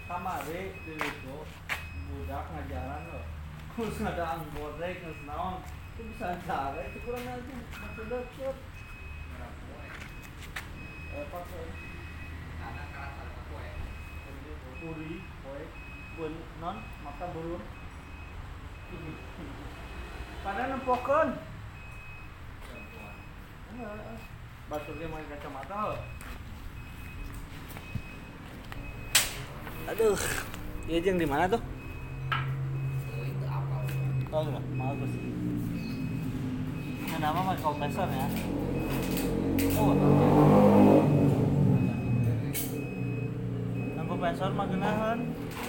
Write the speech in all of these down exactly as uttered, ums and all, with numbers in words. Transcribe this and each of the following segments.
kamari di itu budak ngajaran loh terus ada anggorek terus naon itu bisa cara itu kurang aja masih deket apa sih karena kerasa kue puri kue pun non maka burung pada nempokan baturnya pakai kacamata loh. Aduh, iya jeng di mana tuh? oh itu apa Oh enggak, bagus. Ini nama pakai kompresor ya. Oh. Yang kompresor mah geunaheun.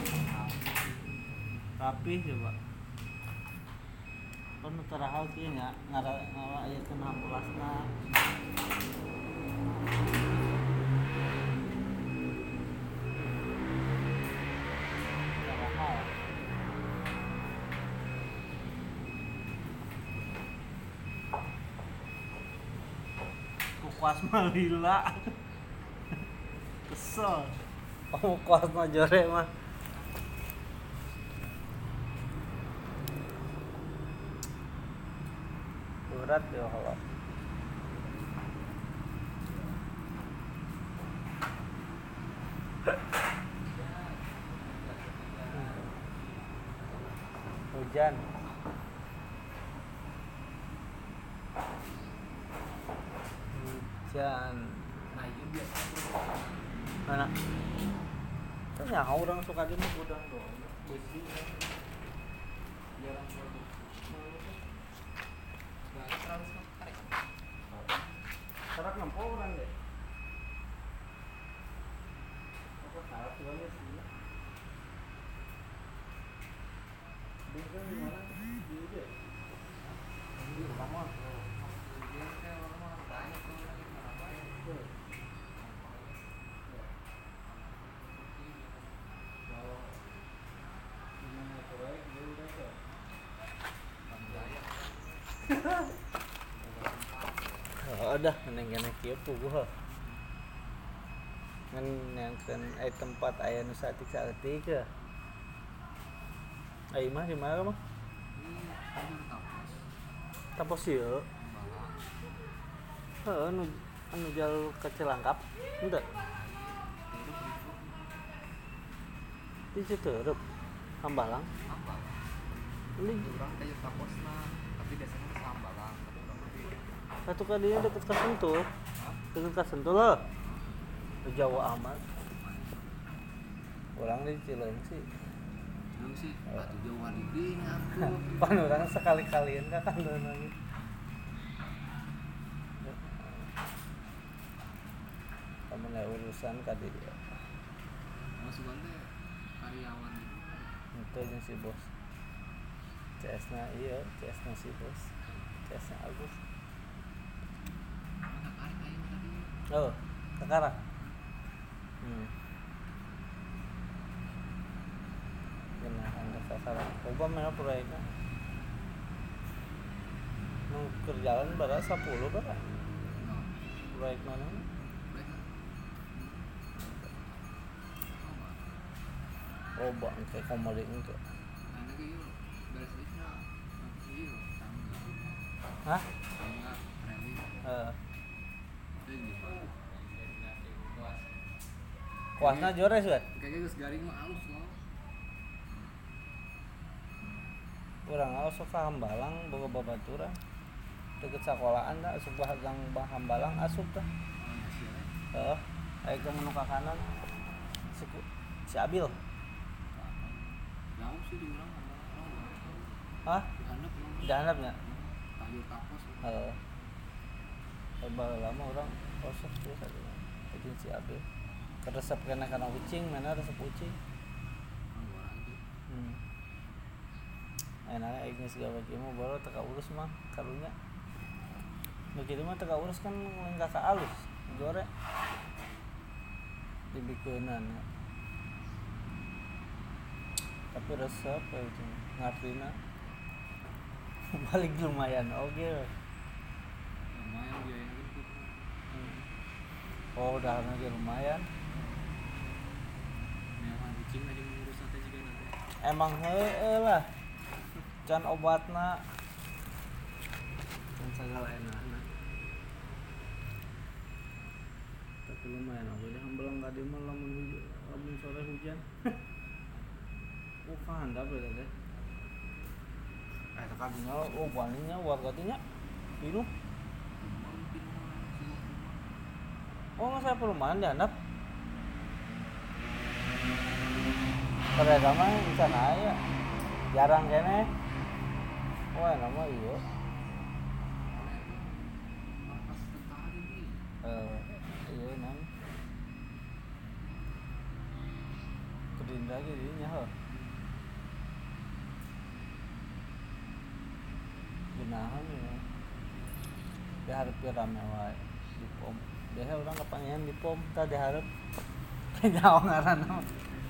Rapih coba. Kan terahal kieu nya, ngara ngara aya teu enam belas-na. Terahal. Kuas mah lila. Kesel. Oh, kuas mah jore mah. Berat ya kalau. Hujan. Hujan. nah itu biasa Mana? Ternyata orang suka di gudang doang. Besi. Jarang produk. nggak terlalu tarik Serak nempo orang deh. Apa salah tuh aja sih? Bisa di mana? Di aja. Di lama. dia kayak orang banyak tuh lagi apa ya Kalau gimana proyek dia udah tuh. Oh, udah neng-neng kieu puguh. Ngan nyangkeun aya tempat aya nu saeutik-saeutik ya. Ai mah di mana mah? ini kan kampus Tapos ieu. malah Heeh, anu anu jalur ke Cilangkap. Henteu. Di situ reup Hambalang. apa Ini orang kayak kampusna tapi biasanya ke Sambalang tapi orang lebih satu kali deket ka Sentul. Deket ka Sentul heuh. Di Jawa amat. Orang di Cileungsi. belum sih batu jauhan ini aku Pan orang sekali-kalian ka kandeun lagi. Kamu urusan ka dia. masukan teh karyawan Itu jeung si bos. C S-na iya, C S-na si bos. C S-na Agus. mana karek aing tadi Oh, sekarang. Hmm. Genah anda sasaran. Coba mana proyeknya? Nu keur jalan bara sepuluh bara. Proyek mana? Oh, bang kayak komodi itu. Karena kayak yuk, beres itu nanti yuk, tangga, Hah? tangga, rally, Eh, itu gimana? kuasna jores kan? Kayaknya gus garing mah halus loh. Urang alus ka Hambalang boga babaturan. Deket sekolahan da asup gang Hambalang asup tah. Oh hasilnya, Heeh. Aya ke menu ka kanan. Si, si Abil. jauh sih di orang sama orang. Hah? Di handap emang. Di handapnya? Kayu kapos. Heeh. Heeh. Lama orang kosong tuh tadi. Jadi si Abil. Keresep kena kana kucing, mana resep kucing. Orang itu. Hmm. Enak aing geus gawe kieu mah baru teu urus mah karunya. Nu kitu mah teu urus kan lain ka alus. Jore. Dibikeunan. Tapi resep ya itu ngartina. Balik lumayan oge. Lumayan biayanya gitu. Hmm. Oh, udah aja lumayan. Mewah gitu. cing aja ngurus teh juga nanti. Emang heueuh lah. Can obatna. Can sagala enak. Tapi lumayan aku deh hambelang ka dieu mah lamun hujan, lamun sore hujan. Oh, handap eta teh. Eta kadinya oh palingnya warga teh nya. Biru. Oh, nggak saya perumahan di handap. Mereka mah di sana aya. Jarang kene. Wah, nama iya. Markas tentara ini. Eh, iya nang. Kedinda ge dieu nya heuh. Gunahan ya. Dihareup ge rame wae di pom. Dehe urang kepangihan di pom tah dihareup. Nyaho ngaranna.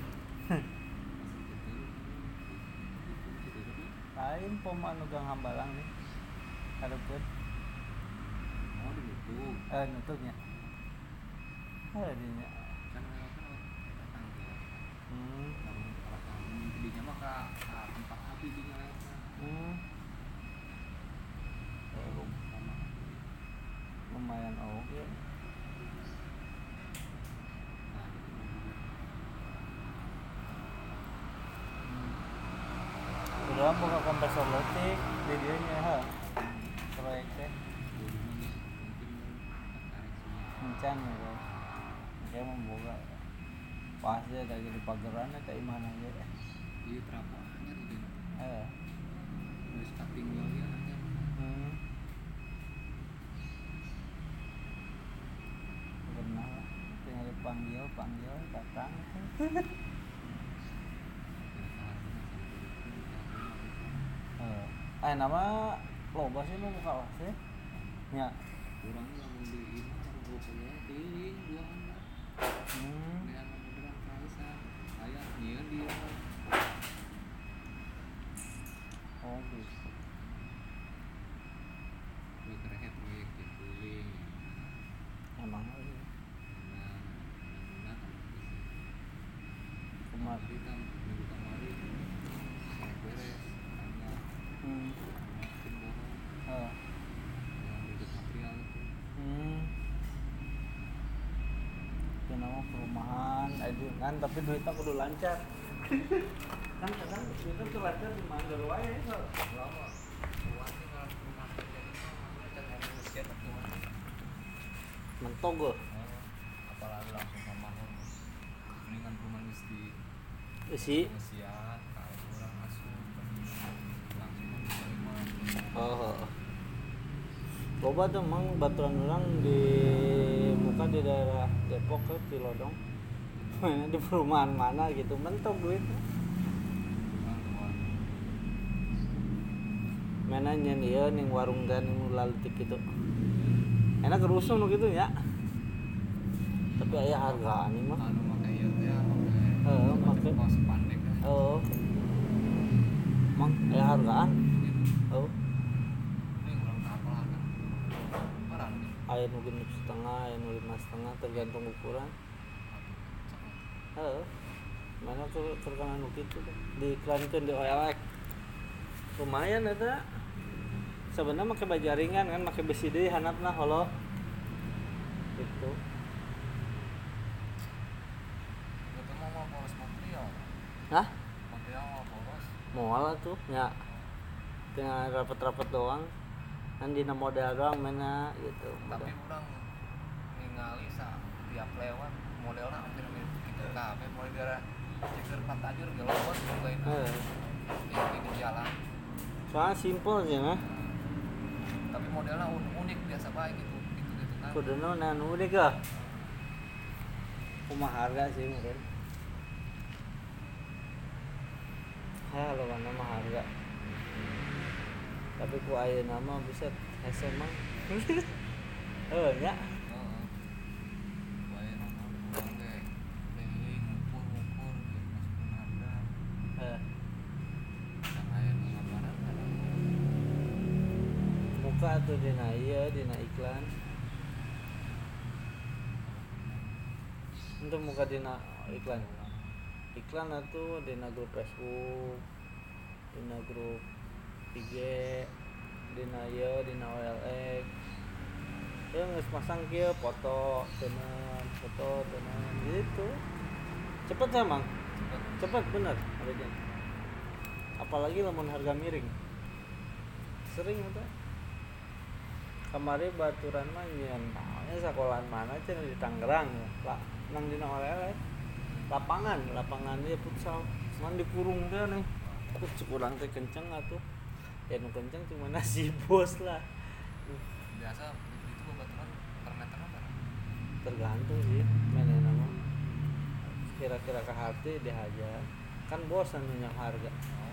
Lain pom anu Gang Hambalang nih. Hareupeun. Oh ditutup. Eh nutupnya. Eh dinya. Kan lewatnya lewat tangga. Hmm. Kalau kalau kamu jadinya mah ka ka tempat api juga lewatnya. Hmm. Kalau sama Lumayan oke. nah itu juga. Udah buka kompresor listrik di dieu nya heuh. Proyek teh Dulunya nih mungkin tertarik semua. encan gitu. Kayak memboga. Pas deh lagi di pageran eta imana ge. Iya terapa anyar gitu. Eh. Terus cutting lagi anyar. Hmm. Pernah lah. Tinggal dipanggil, panggil, datang. Eh. Eh nama loba sih nu buka was sih. Nya. Kurang lamun di ieu mah harus gopoe teuing dua handap. Hmm. Dengan modern kaisan. Aya nyieun dia. Oh gitu. Gue kerehet proyek kuling. Emang lagi. Nah, nah, Kumat. kemarin kan minggu kemarin saya beres hanya Hmm. makin bohong Eh. yang ribet material itu. Hmm. Itu nama perumahan, eh, kan tapi duitnya kudu lancar. Kan kadang duitnya tuh lancar di mandor wae so. Lama keluar nih kalau rumah kerja itu maksudnya kan ngomong mesin tuh. Mentok gua. Apalagi langsung sama home. Mendingan rumah mesti Isi. pengisian kalau kurang masuk langsung menerima. Oh. Loba tuh emang baturan orang di muka di daerah Depok ke Cilodong. Mana di perumahan mana gitu mentok duit. Mana nyen ieu ning warung teh ning laletik gitu. Enak kerusuh nu kitu nya. Tapi aya hargaan ieu mah. Anu make ieu teh make Heeh, make. kaos pandek kan. Oh. Mang aya hargaan. Oh. Ini urang tak apa kan. Parah nih. Aya nu genep setengah, aya nu lima setengah tergantung ukuran. Heeh. Mana tuh terkena nu kitu teh. Diiklankeun di O L X. Lumayan eta. Sebenarnya make bajaringan kan make besi deui handapna holo. Gitu. Itu mau mau poros material. Hah? Material mau poros. Moal atuh nya. Tinggal rapet-rapet doang. Kan dina model doang mana gitu. Tapi orang ningali sa tiap lewat modelnya hampir mirip gitu kabeh mulai dari ceker pantajur ge lobot lain. Heeh. Yang di jalan. Soalnya simpel sih mah. Tapi modelnya un- unik biasa baik gitu gitu-gitu kan. Kuduna nan unik ah. Kumaha harga sih mungkin. Halo mana mah harga. Tapi ku ayeuna mah bisa hese mah. Heuh nya. Heeh. Bae nama urang ge keliling ngukur-ngukur gitu masukin harga. Heeh. Yang aya nu ngabaran ada. Muka tuh dina ieu dina iklan. Untuk muka dina iklan. iklan atuh dina grup Facebook, dina grup I G, dina ieu dina O L X. Ya geus pasang kieu foto teuneun, foto teuneun gitu. Cepet emang. Cepet bener adanya. Apalagi lamun harga miring. Sering eta. Kamari baturan mah nyeun naonnya sekolahan mana cenah di Tangerang ya. Lah nang dina O L X. Lapangan, lapangan ieu futsal. Cuman dikurung teh nih. Terus kurang teh kenceng atuh. Ya nu kenceng cuma nasi bos lah. Biasa itu bebaturan per meter berapa? Tergantung sih manehna mah. Kira-kira ka hati dihajar. Kan bosan nanya harga.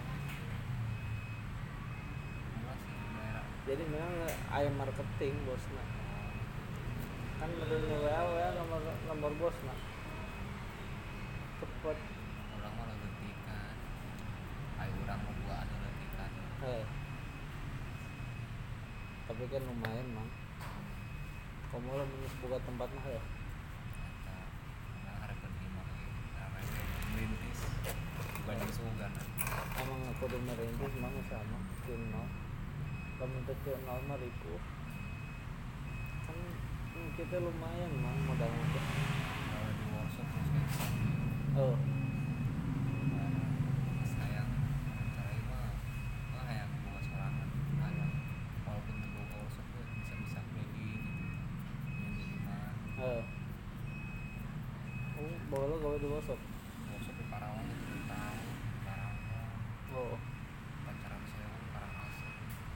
Murah sih di daerah. Jadi memang aya marketing bosna. Kan meureun W A W A nomor nomor bosna. Cepet. Orang mah leutikan. Ai urang mah buat anu leutikan. Eh. Tapi kan lumayan mang. Kamu lah boga tempat mah ya. Eta urang hareup lima ge. Namanya merintis dibanding sugan. Emang kudu merintis mang sama keun nol. Lamun teu keun nol mah ripuh. Kan kita lumayan mang modalna teh. Kalau di workshop terus kayak gitu. Oh. Sayang cara mah mah hayang boga sorangan hayang walaupun teu boga workshop tuh bisa-bisa keliling gitu. Yang di mana Eh. Oh, bawa lo gawe di workshop. workshop di Karawang itu tahu Karawang Oh. pacaran saya Karangasem.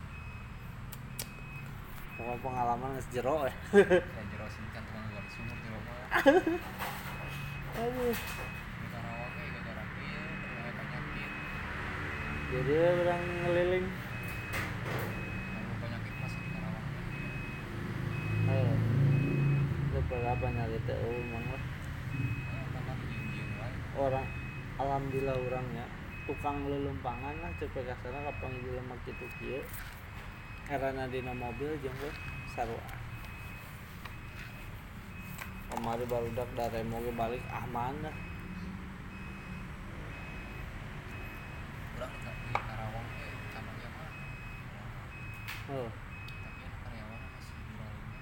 Pokoknya pengalaman geus jero eh. Saya jero singkat tukang gali sumur di rumah. Aduh. Di Karawang ge gara-gara ieu terkena penyakit. Jadi orang ngeliling. Kalau penyakit pas di Karawang. Eh. Lu berapa nyari teu mang lah. Eh tambah dieun-dieun wae. Orang alhamdulillah urangnya tukang lelumpangan lah cek kasana kapang jelema kitu kieu. Karena dina mobil jeung we sarua. Kemari barudak daremo ge balik aman dah. Urang di Karawang ge camanya mah. Oh. Tapi anak karyawan masih diralingnya.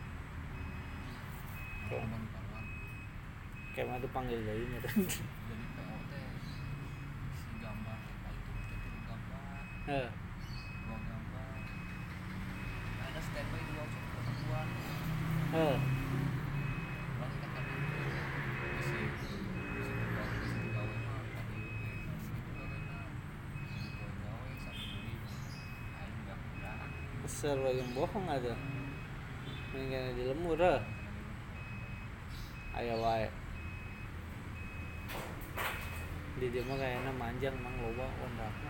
Oke. Kalau di Karawang Kayak mah dipanggil deui meureun. jadi P O teh si gambar apa itu kita kirim gambar Eh. dua gambar nah, ada standby di workshop perempuan Eh. orang kita kan bisa bisa gawe bisa gawe mah tadi itu gawe mah itu gawe satu beli aing enggak mudah Seru yang bohong ada. Mendingan di lemur eh. Aya wae. Di dia mah kayaknya manjang mang loba ondakna.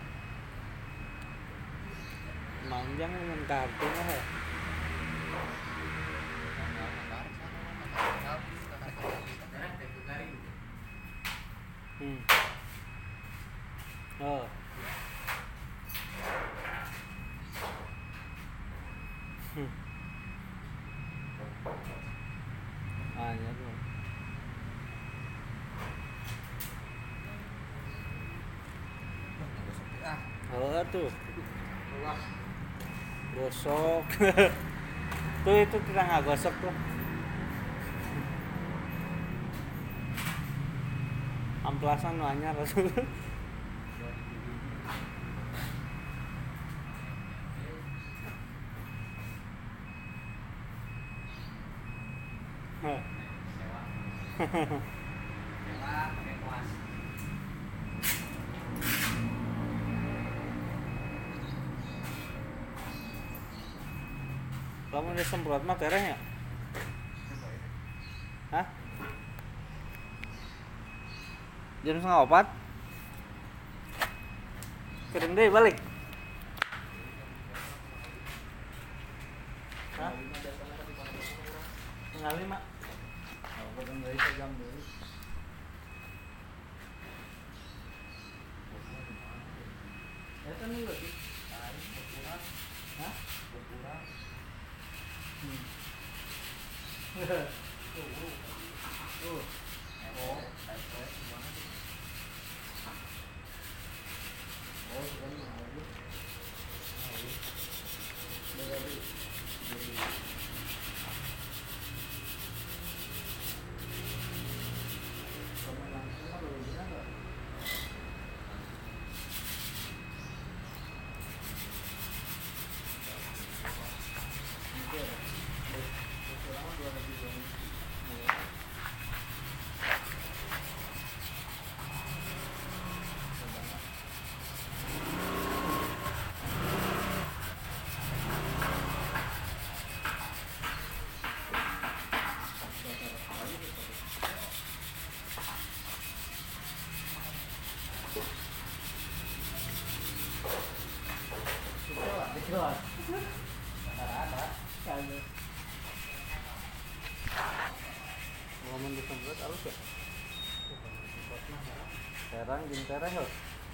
Manjang mun kartu mah ya. Hmm. Oh. Hmm. Anya tuh. Oh tuh. Gosok. Tuh itu kita nggak gosok tuh. Amplasan nu anyar atuh. Heh. Kamu disemprot mah tereh ya? Hah? Jam setengah opat? Kirim deh balik. Hah? Setengah lima. Oh, kirim dari jam dulu. Ya kan dulu sih. Hah? Berkurang. Hmm. Tuh. Tuh. Oh, Oh, kan aja. Dari dari sama langsung apa begini apa? Oke. Selama dua ribu dua puluh. Jelas. Ada-ada. Kagak. Ngomong di tempat halus ya? Serang jeung tereh heuh.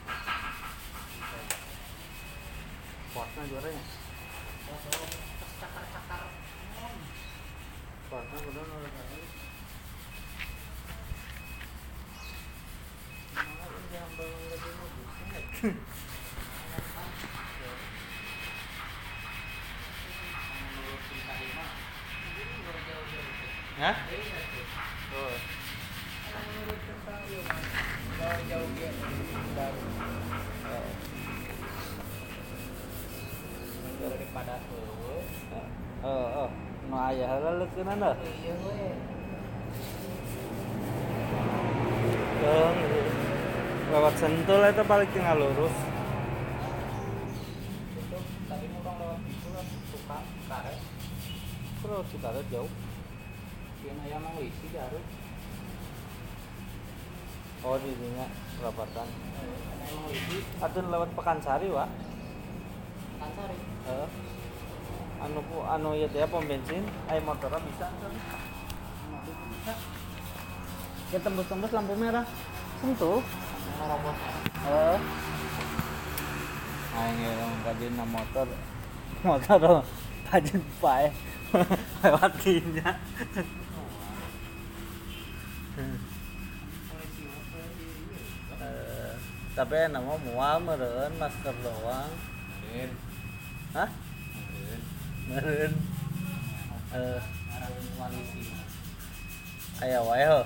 Kuatna juaranya. Cakar-cakar. Kuatna kudu nu kali. Mana yang bangun lagi mau buset. Hah? Oh. Jauh dia baru. Daripada eueuh. Oh, oh. Nu aya heula leukeunna dah. Iya we. Dong. Lewat Sentul eta balik tinggal lurus. Itu tadi mau lewat itu lah tukang karet. Terus karet jauh. Yang ayam mau isi garut. Oh di dinya perapatan. Ayam mau isi. Atun lewat Pekansari wa. Pekansari. Heeh. Anu pu anu ieu teh pom bensin, aya motorna bisa kan. Mobil bisa. Ya tembus-tembus lampu merah. Sentuh. Ngarobos. Heeh. Aing ngerong ka dina motor. Motor pajen pae. Lewat dinya. Uh, tapi nama mual meren masker doang. Meren. Hah? Meren. Meren. Eh, arahan koalisi. Aya wae heuh.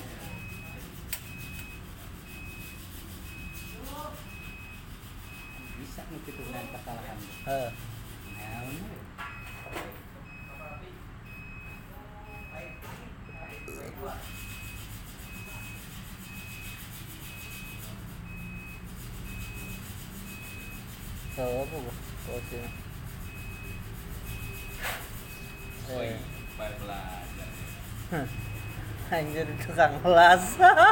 Bisa nu kitu lain kesalahan. Heeh. Naon? Tahu apa bu? Oh sih. Eh, baik belajar. Anjir tukang las.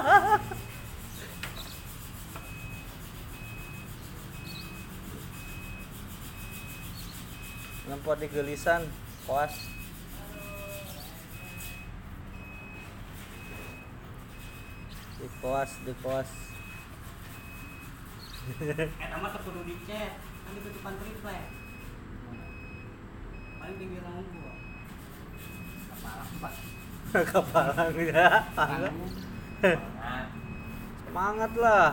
Lempot di gelisan, koas. Di koas, di koas. Eta mah teu kudu dicet, kan ditutupan triplek. Paling tinggi rong gua. Kepala empat. Kepala ya. Semangat lah.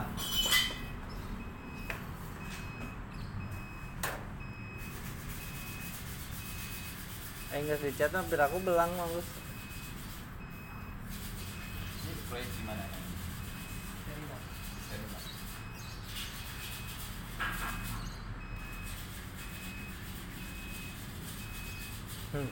Enggak dicat hampir aku belang Gus. Ini proyek di mana? Dari bawah. Dari mana? Hmm.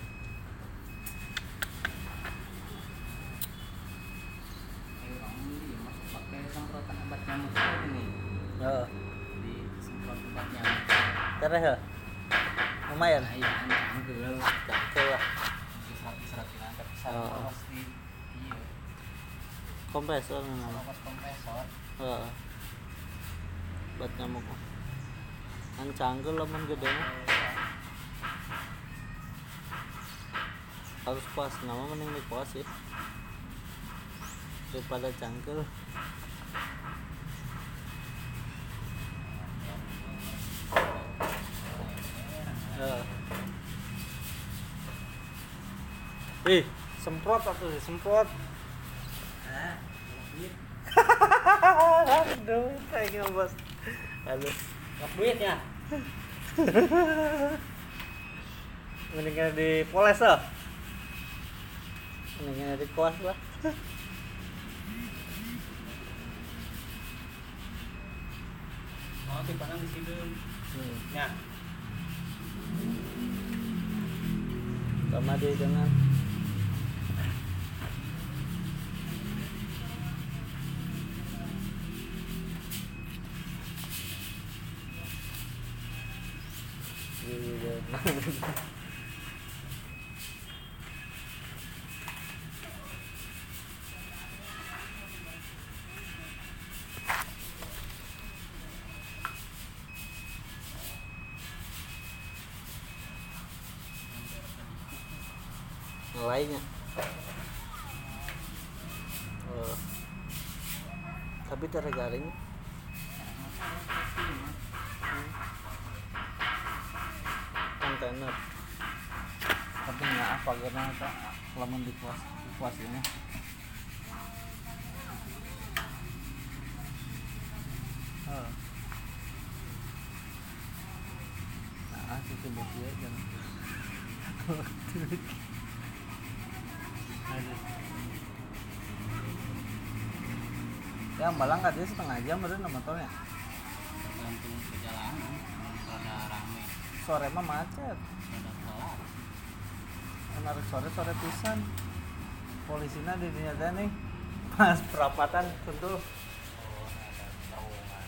Ayo kamu ini masuk pakai semprotan obat nyamuk ini. Heeh. Di semprot obat nyamuk. Tereh ya? Lumayan. Nah, iya, anggel. Cakep lah. Serat-seratinan tapi Oh. satu pasti iya. Kompresor nama. Obat kompresor. Heeh. Buat nyamuk. Kan canggel lamun gede mah. Harus kuas, nama mending di kuas sih. Daripada cangkel. Heeh. Ih, semprot atuh semprot. Hah? Aduh, kayak bos. Halo. Gak duit ya. Mendingan di poles loh. Mendingan di kuas lah. Oh, timpanan di situ. Hmm. Ya. Sama dia dengan lainnya. Oh. Tapi tergaring kontainer. Tapi nggak apa karena apa lamun di kuas di kuas ini. Oh. Nah, itu coba dia jangan. Ya malang katanya setengah jam baru motornya. Tergantung perjalanan. Rada rame, Sore mah macet. rada telat. Menarik sore sore pisan. Polisinya di dinya teh nih pas perapatan tentu. Oh, ada terowongan.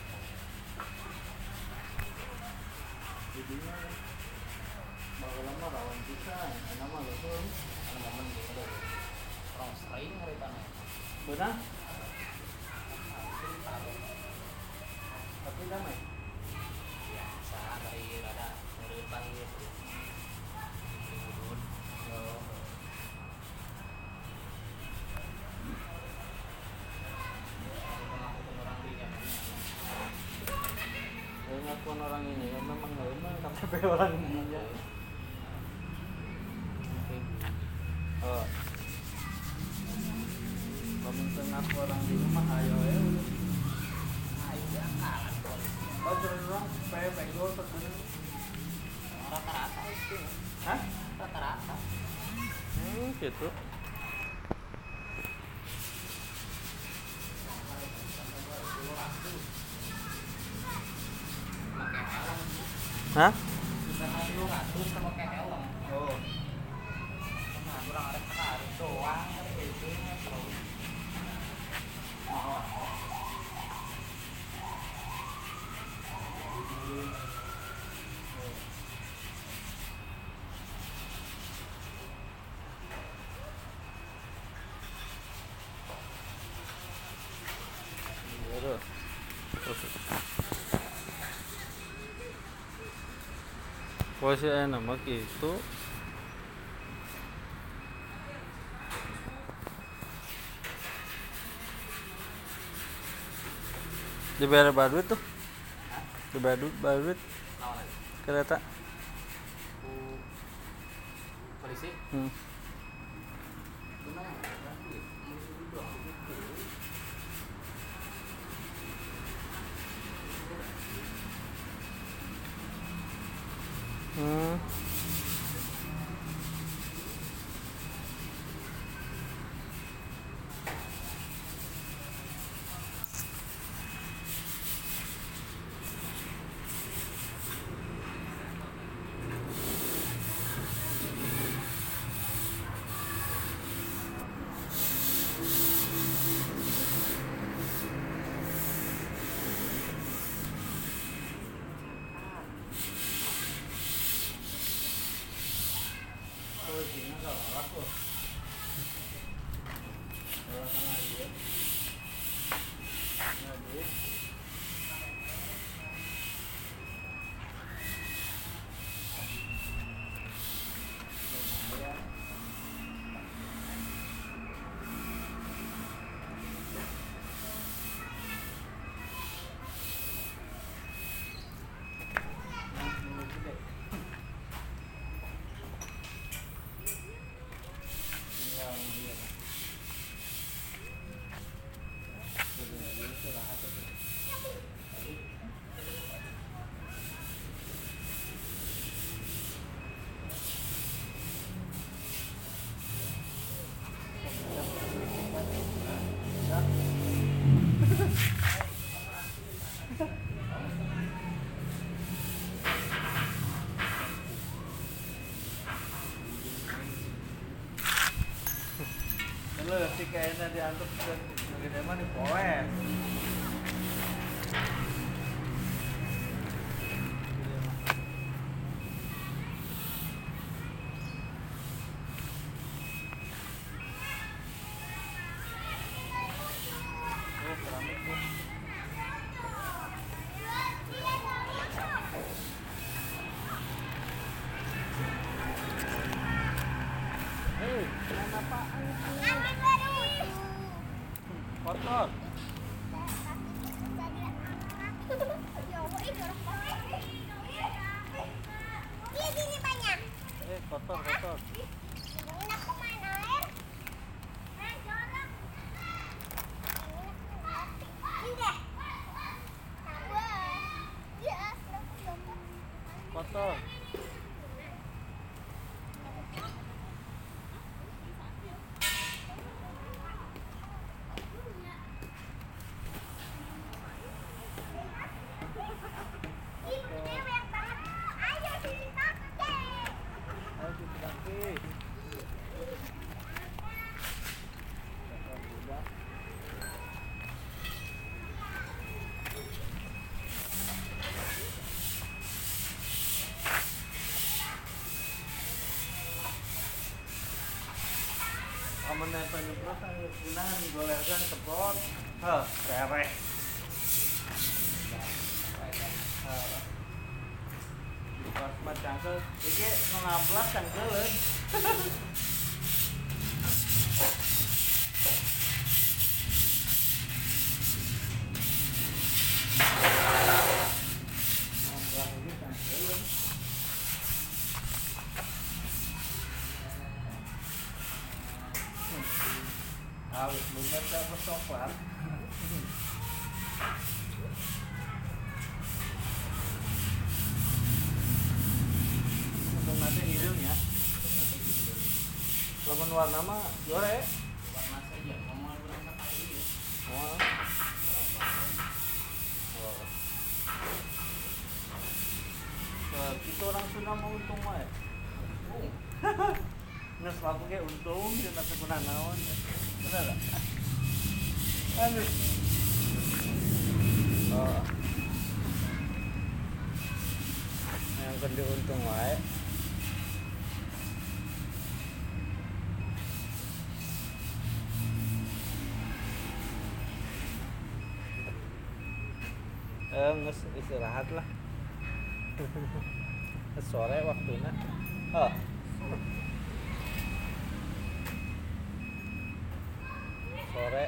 Jadinya bawa lama rawan pisan. Karena mah geus Kan momen gitu. Orang sering hari tanah. beunang. Tapi damai. Biasa dari rada ngeurepan gitu. Ngurun. Oh. Orang di zamannya. Saya ngakuan orang ini ya memang memang K T P orang ini ya. Oh. Kamu tengah orang di rumah ayo ya. Ayo jangan. Oh terus orang P Pegol terus. Rata-rata itu. Hah? Rata-rata. Hmm, gitu. Pakai helm. Hah? Kita dulu ratus sama pakai helm. Oh. Nah, kurang ada sekali doang ada itu terus. Gitu. Posisi nama gitu. Dibayar badut tuh. Dibayar badut, badut Lawan kereta. ku polisi. Hmm. Gimana? Berarti mesti duduk gitu. Hmm. Kalau si kayaknya diantuk ke gede mah dipoles. Oh, keramik tuh. Hei, main apaan itu? Kotor. Eh, kotor, kotor. Kotor. Ayo cuci kaki. Kotor budak. Aman nempel nyemprot ayo gunakan golerkan ceprot. Heh, sereh. Heh. Pas mat cangkel, iki nu ngamplas cangkeleun. Ngamplas iki cangkeleun. Awet bener saya coklat. Untuk nanti hidung ya. Lemon warna mah jore. Warna saja, mau bilang sekali ya. Oh. Oh. Nah, kita orang Sunda mau untung mah. Nges laku kayak untung dia tapi pernah naon. Bener lah. Aduh. Oh. Yang kedua untung wae. Eh, nges istirahat lah. Sore waktunya. Oh. Sore.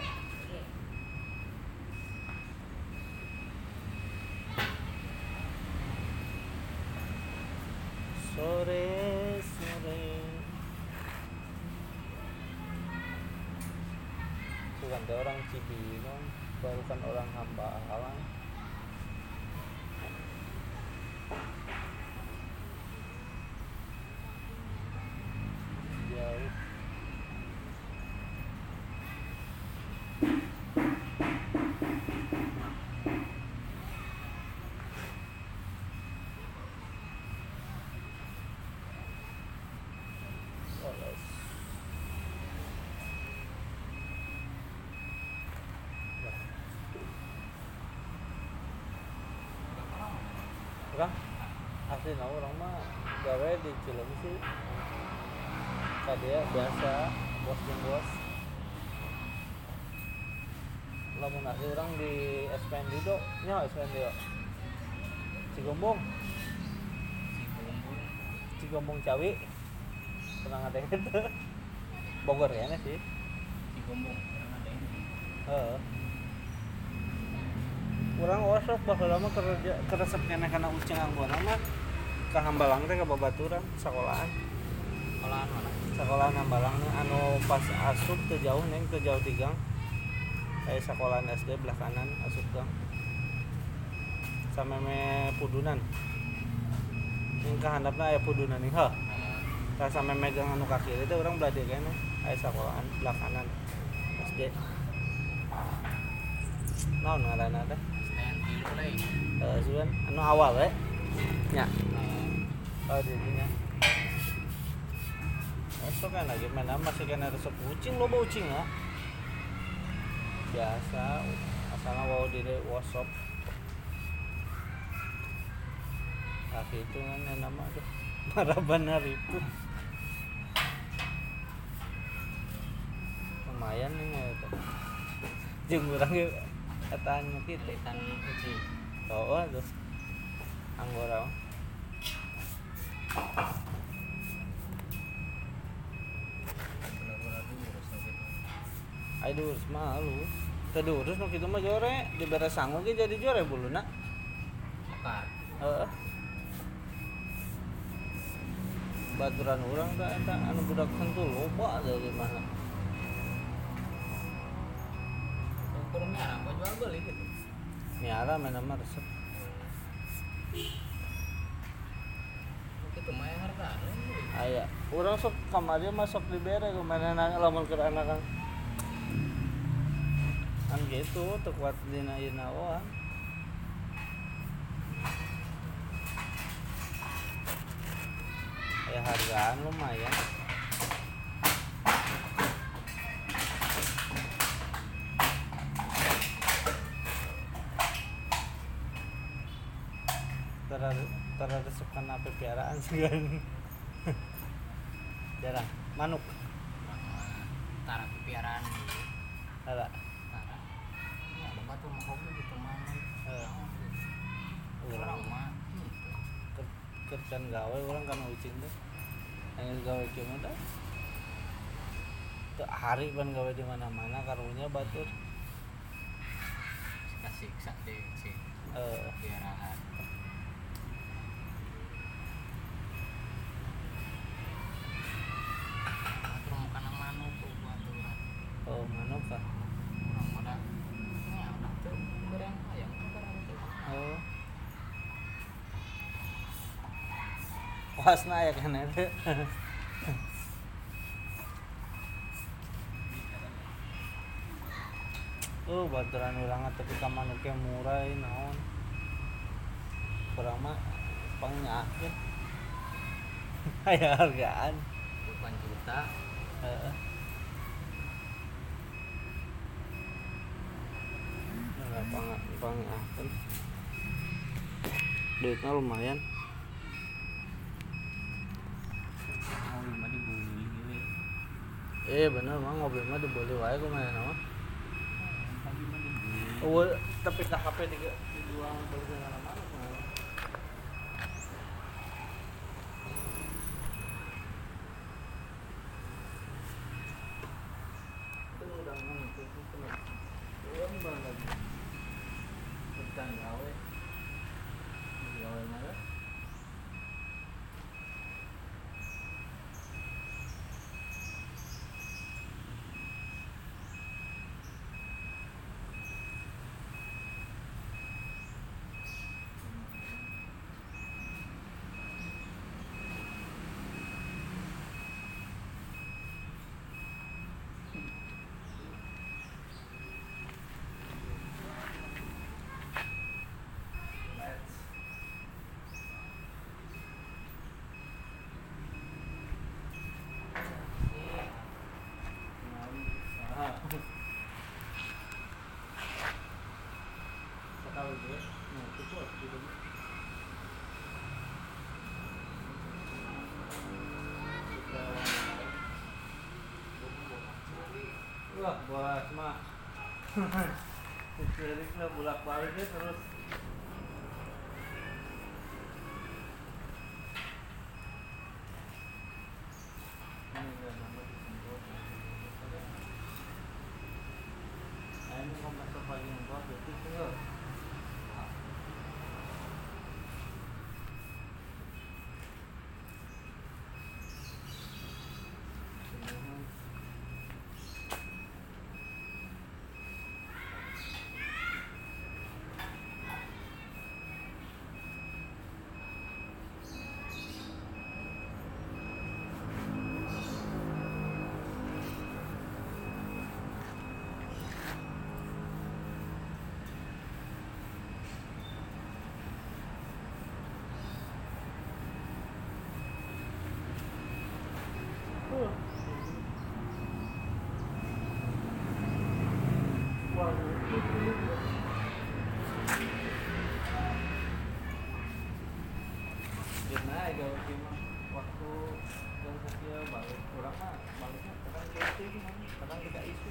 Sore, sore. Bukan orang Cibinong, bukan orang Hambalang. Jauh. Polos. Orang asli nah orang mah gawe di Cilengsi. Kadia biasa bos jeung bos. Lamun asli orang di S P N D do, nya S P N D do. Cigombong. Cigombong. Cigombong Cawi. Pernah ada itu. Bogor ya sih. Cigombong, pernah ada ini. Heeh. Urang osok baheula mah kerja keresep keneh kana ucing anggona mah ka Hambalang teh ka babaturan sekolahan. Sekolahan mana? Sekolahan Hambalang anu pas asup teu jauh neng teu jauh di gang. Aya sekolahan S D belah kanan asup gang. Sameme pudunan. Ning ka handapna aya pudunan nih, heuh. Tah sampe megang anu ka kiri teh urang belah dieu keneh aya sekolahan belah kanan S D. Naon ngaranna teh? Stand tilu lagi. Eh, sugan anu awal we. Nya. Oh, di dinya. Itu kan lagi mana masih kena resep kucing lo bau kucing lah. Biasa asalnya wow di workshop. Tapi itu kan yang nama tuh marah benar itu. Lumayan nih itu. Jeung urang ge etaan kitu. Etan kucing. Oh, tuh. Anggora. benar-benar diurus gitu. Ai diurus mah lu. Teu diurus nu kitu mah jore, dibere sangu ge jadi jore buluna. Mekar. Heeh. Baturan urang teh eta anu budak sentul loba dari mana. Ukurnya apa jual beli gitu. Miara mana mah resep. Itu mah yang harga. Aya, urang sok kamari mah sok dibere kumaha lamun keur anak kan. Kan gitu teu kuat dina ieu naon. Ya hargaan lumayan. Tara tara resepkan apa piaraan segan. Jarang manuk. Tara pipiaran gitu. Ada. Tara. Ya ada batu mah hobi gitu mah. Eh. Urang Urang mah gitu. Ker- kerjaan gawe urang kana ucing teh. Anu gawe kieu mah teh. Teu hari pan gawe di mana-mana karunya batur. Kasih sak deh sih Eh, piaraan. Atur mau kana manuk tuh baturan. oh manuk kah? Urang mah da nya udah tuh berang ayam berang tuh. Oh. Puasna aya kan teh. Oh, baturan urang tapi ka manuk ge murah ieu naon. Kurang mah pangnyakeun. Aya hargaan. Bukan juta. Heeh. Aya pang pangnyakeun. Duitnya lumayan. Mau lima dibeli we. Eh bener mah ngobrol mah dibeli wae kumaha mah. Pagi mah dibeli. Oh, tapi ka H P di dijual beli dengan mana mah. Itu udah ngomong itu tuh. Uang banget. Kerjaan gawe. Gawe mana? Sekali dua, nah itu kuat gitu. Wah, bola mah. Serik-seriknya bolak-baliknya terus. Ini udah nambah disemprot. Nah, ini mau masuk pagi yang kuat, betul tuh.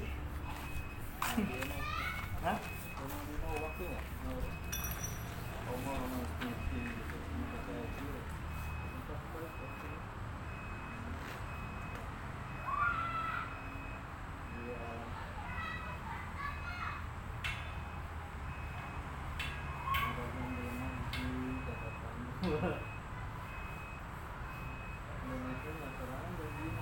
Hah? Rumah di bawah waktu ya? Oh, mau mau sneaky gitu. Ini kata dia. Entah balik waktu. Iya. Ada yang belum lagi kata kamu. Indonesia nggak terang begini.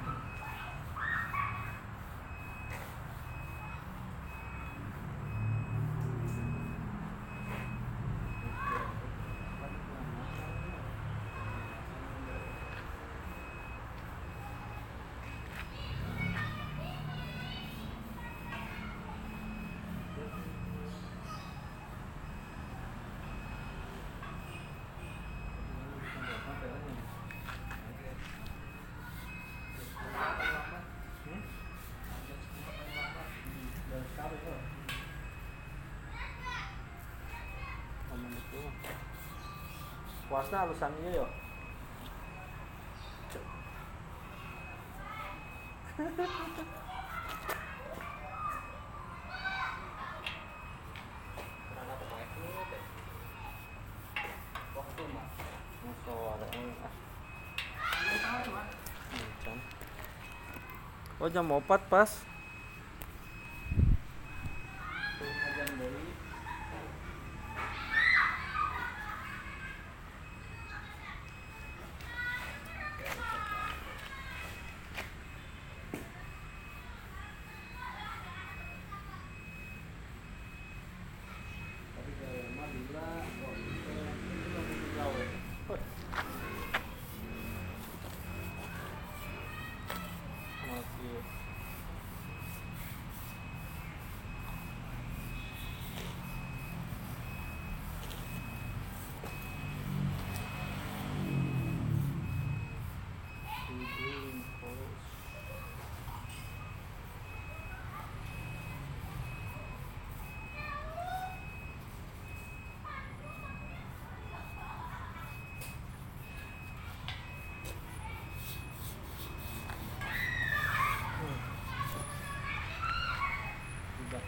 Puasnya halusan iya yo. Karena pemain itu deh. Waktu mah. Masa ada yang ah. Macam. Oh jam empat pas. Jam dari Tapi kalau mah bila kok itu itu gawe. Masih. Tidur terus. Udah.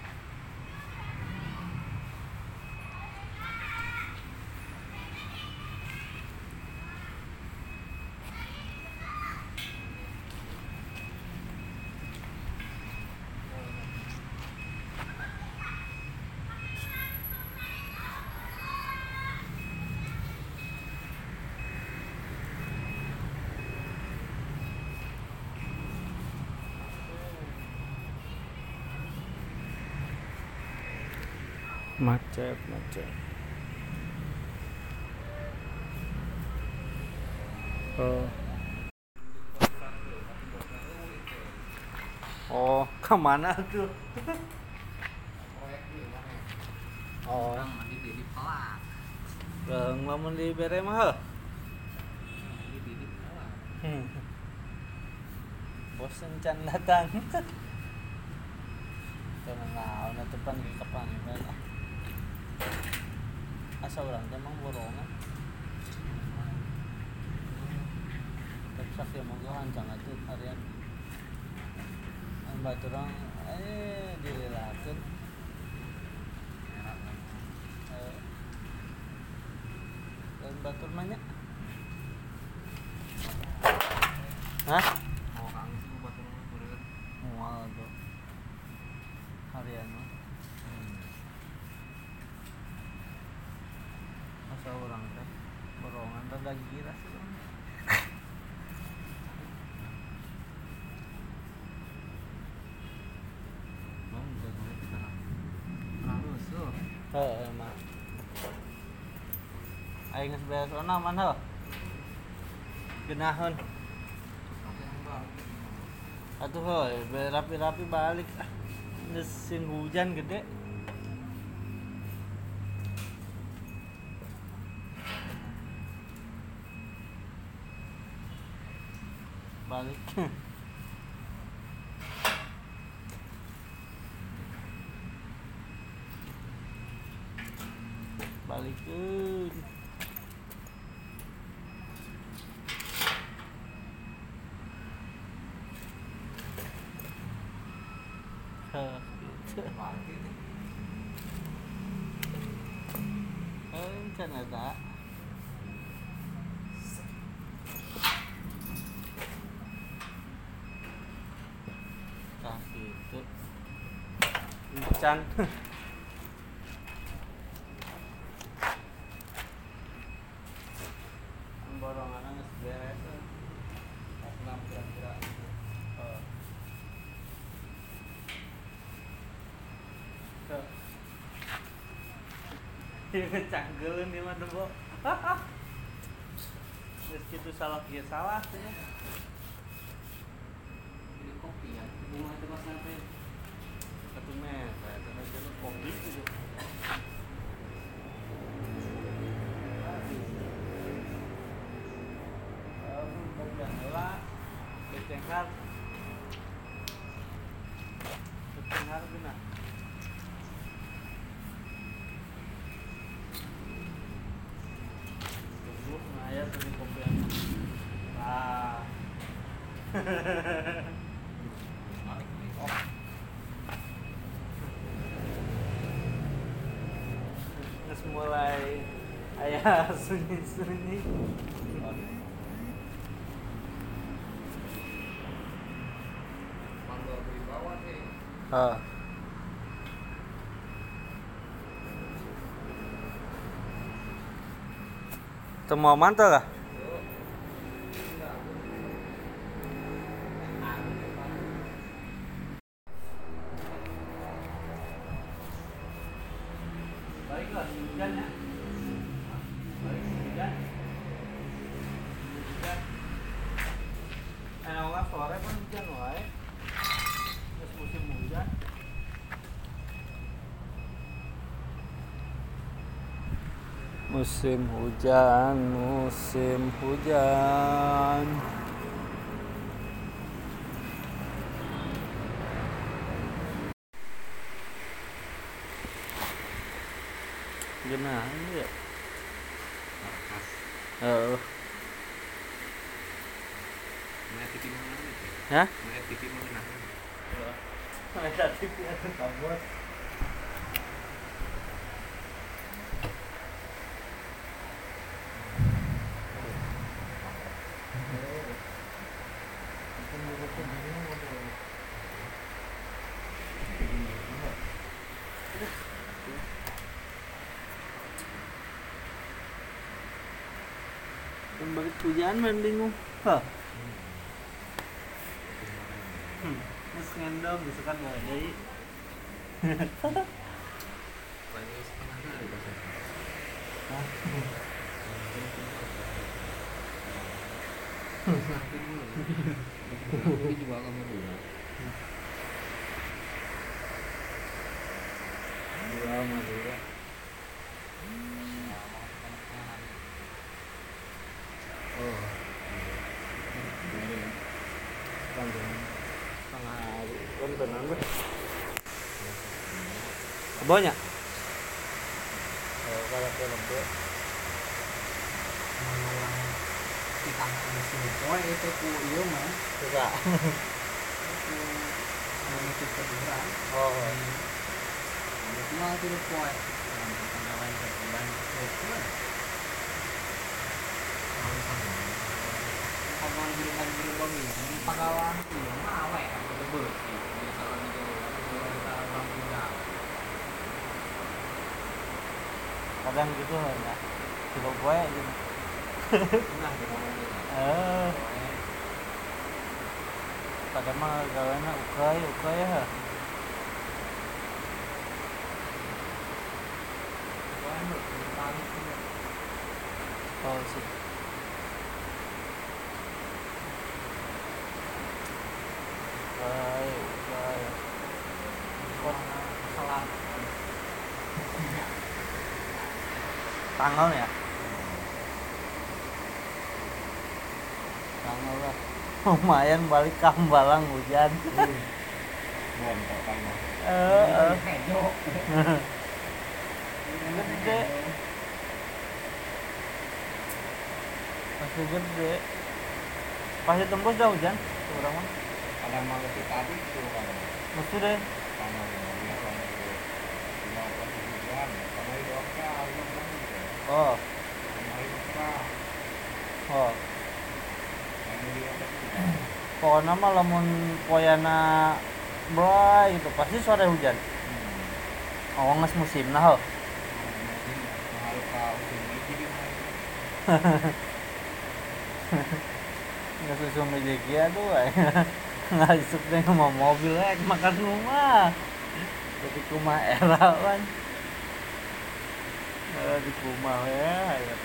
Macet, macet. Oh. Oh, kemana tuh? proyek di mana? Oh, Orang mandi di pelak. Bang, lamun di bere mah heuh. Di di pelak. Hmm. Bosen can datang. Jangan naon atuh pan ke kapangan. Asa urang teh mang borongan. Teksak ya monggo hancang atuh harian. An baturang eh dililakeun. Eh, dan batur mah nya. Hah? Mau kang sih buat rumah beureun. Moal tuh. Harian mah. Asa urang teh borongan rada giras urang. Mau udah mulai kita lah. Terus tuh. Heeh mah. Aing geus beres ona man heuh. Geunaheun. Atuh heuy, beres rapi-rapi balik. Ah, geus sing hujan gede. Balik. Balikeun. Heh, gitu. Mati nih. Eh, can eta. Tah gitu. Can. Borongan geus beres. enam kira-kira. Oh. Tuh. Ieu kecanggeulun ieu mah teh, Bo. Geus kitu salah kieu salah teh. Ini kopi ya. Bunga itu pas nanti. Satu meter, itu aja lu kopi gitu. Becenghar, becenghar guna. Tunggu, ngaya tadi kopi yang ah. Balik nih. Oh, Terus mulai ayah sunyi-sunyi. mangga beri bawah sih. Ah. Temu mantel kah? Baiklah, hujan ya. Baik, hujan. Hujan. Eh, nggak sore kan hujan wae. Terus musim hujan. Musim hujan, musim hujan. Gimana ya? Markas. Oh, Main T V mana nih? ya? Main T V mana? Ada T V atau kabut? Balik hujan main bingung. Hah. Hmm. Terus ngendong bisa kan nggak ada. Banyak setengah hari pas. Sakit dulu. Ini juga kamu dulu. Dua sama dua. Oh. Langsung setengah hari. Kan benar ber. Banyak. Oh, kalau film tuh. Kita musim poe itu ku ieu mah. Suka. Ku musim keduran. Oh. Cuma itu poe. Pengalaman berkembang itu. Pengalaman berkembang berkembang ini pengalaman itu mah awe lebih. Misalnya itu kita orang tinggal. Kadang gitu ya. Coba gue aja. Nah, di mana Eh, pada mah gawana ukai ukai ya. Oh sih. Ukai ukai. Kok salah. tanggal ya? Tanggal lah. Lumayan balik ke Hambalang hujan. Bukan kok kamu. Eh, eh. Hejo. Gede. Masih gede. Pasti tembus dah hujan. Kurang mah. Ada mau lebih tadi itu kan. Mesti deh. Tadi Sama ya, biasanya itu lima belas ribuan, sama itu apa? Belum banget ya. Oh, Sama itu apa? oh. Yang dia pasti. Pokoknya mah lamun poyana bray itu pasti sore hujan. Hmm. Oh, nges musim nah. Ho. Mungkin mahal kau sini jadi mahal. Nggak susu miliki aduh. Nggak isuk deh mau mobil eh makan rumah. Jadi rumah era kan. Eh, di rumah ya. Ya.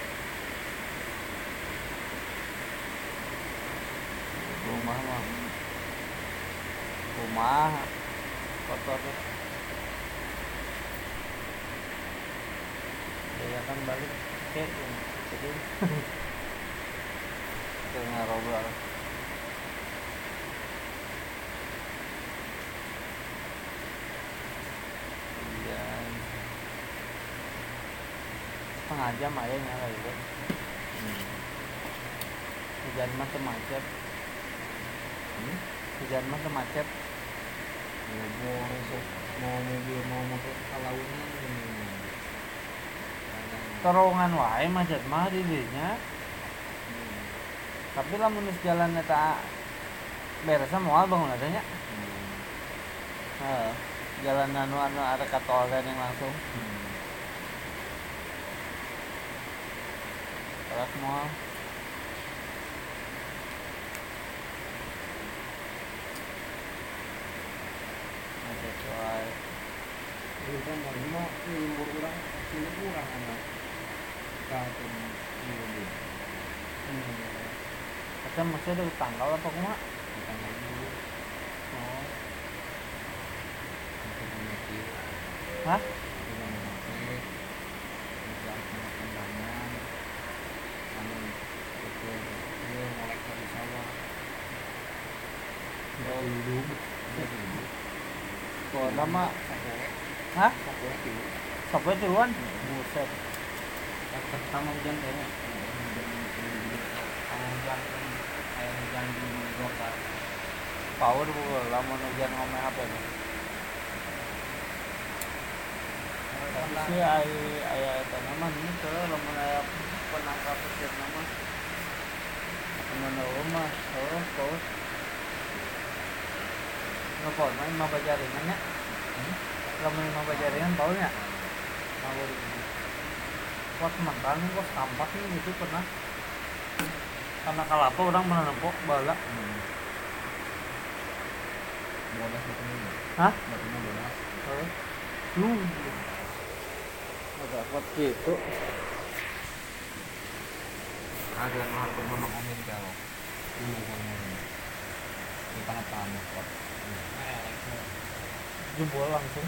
Rumah mah. Rumah kotor. Ya kan balik ke jadi ke ngarobrol. Iya. Setengah jam aja nyala gitu. Hmm. Hujan mah teu macet. Hmm? Hujan mah teu macet. Ya, mau mau mobil mau motor kalaunan ini. Terowongan wae macet mah di dinya. Hmm. Tapi lamun geus jalan eta beres moal bangun adanya. Hmm. Heeh. Jalan anu anu ada ka tol kan yang langsung. Hmm. Terus moal. Macet wae. Ini kan mau libur kurang, ini kurang anak. Kau ini mobil. Hmm. Kata masih ada tanggal apa kumaha? Kita nggak dulu. Oh. Untuk memikir, Hah? untuk memikir, untuk pengembangan, anu betul betul mulai dari sawah. Oh. Dulu, dulu. Kok nama Sampai, hah? sampai dulu. Sampai duluan? Buset. Pas pertama hujan kayaknya. Kalau hujan kayak hujan di Bogor. Power pukul lamun hujan ngomong H P nih. Tapi sih ai aya eta nama nih teh lamun aya penangkap petir nama. Mana rumah, oh, kau. Ngepon main mau bajaringan nya. Hmm? Lamun mau bajaringan tau nya. Mau di pos mantan pos tampak nih gitu pernah. Karena kalapa orang pernah nempok bala. Hmm. Bodas itu nih. Hah? Batunya bodas. Oh. Lu. Agak kuat gitu. Ada yang harus ngomongin kalau dulu ngomongin. Di tangan-tangan kok. Jebol langsung.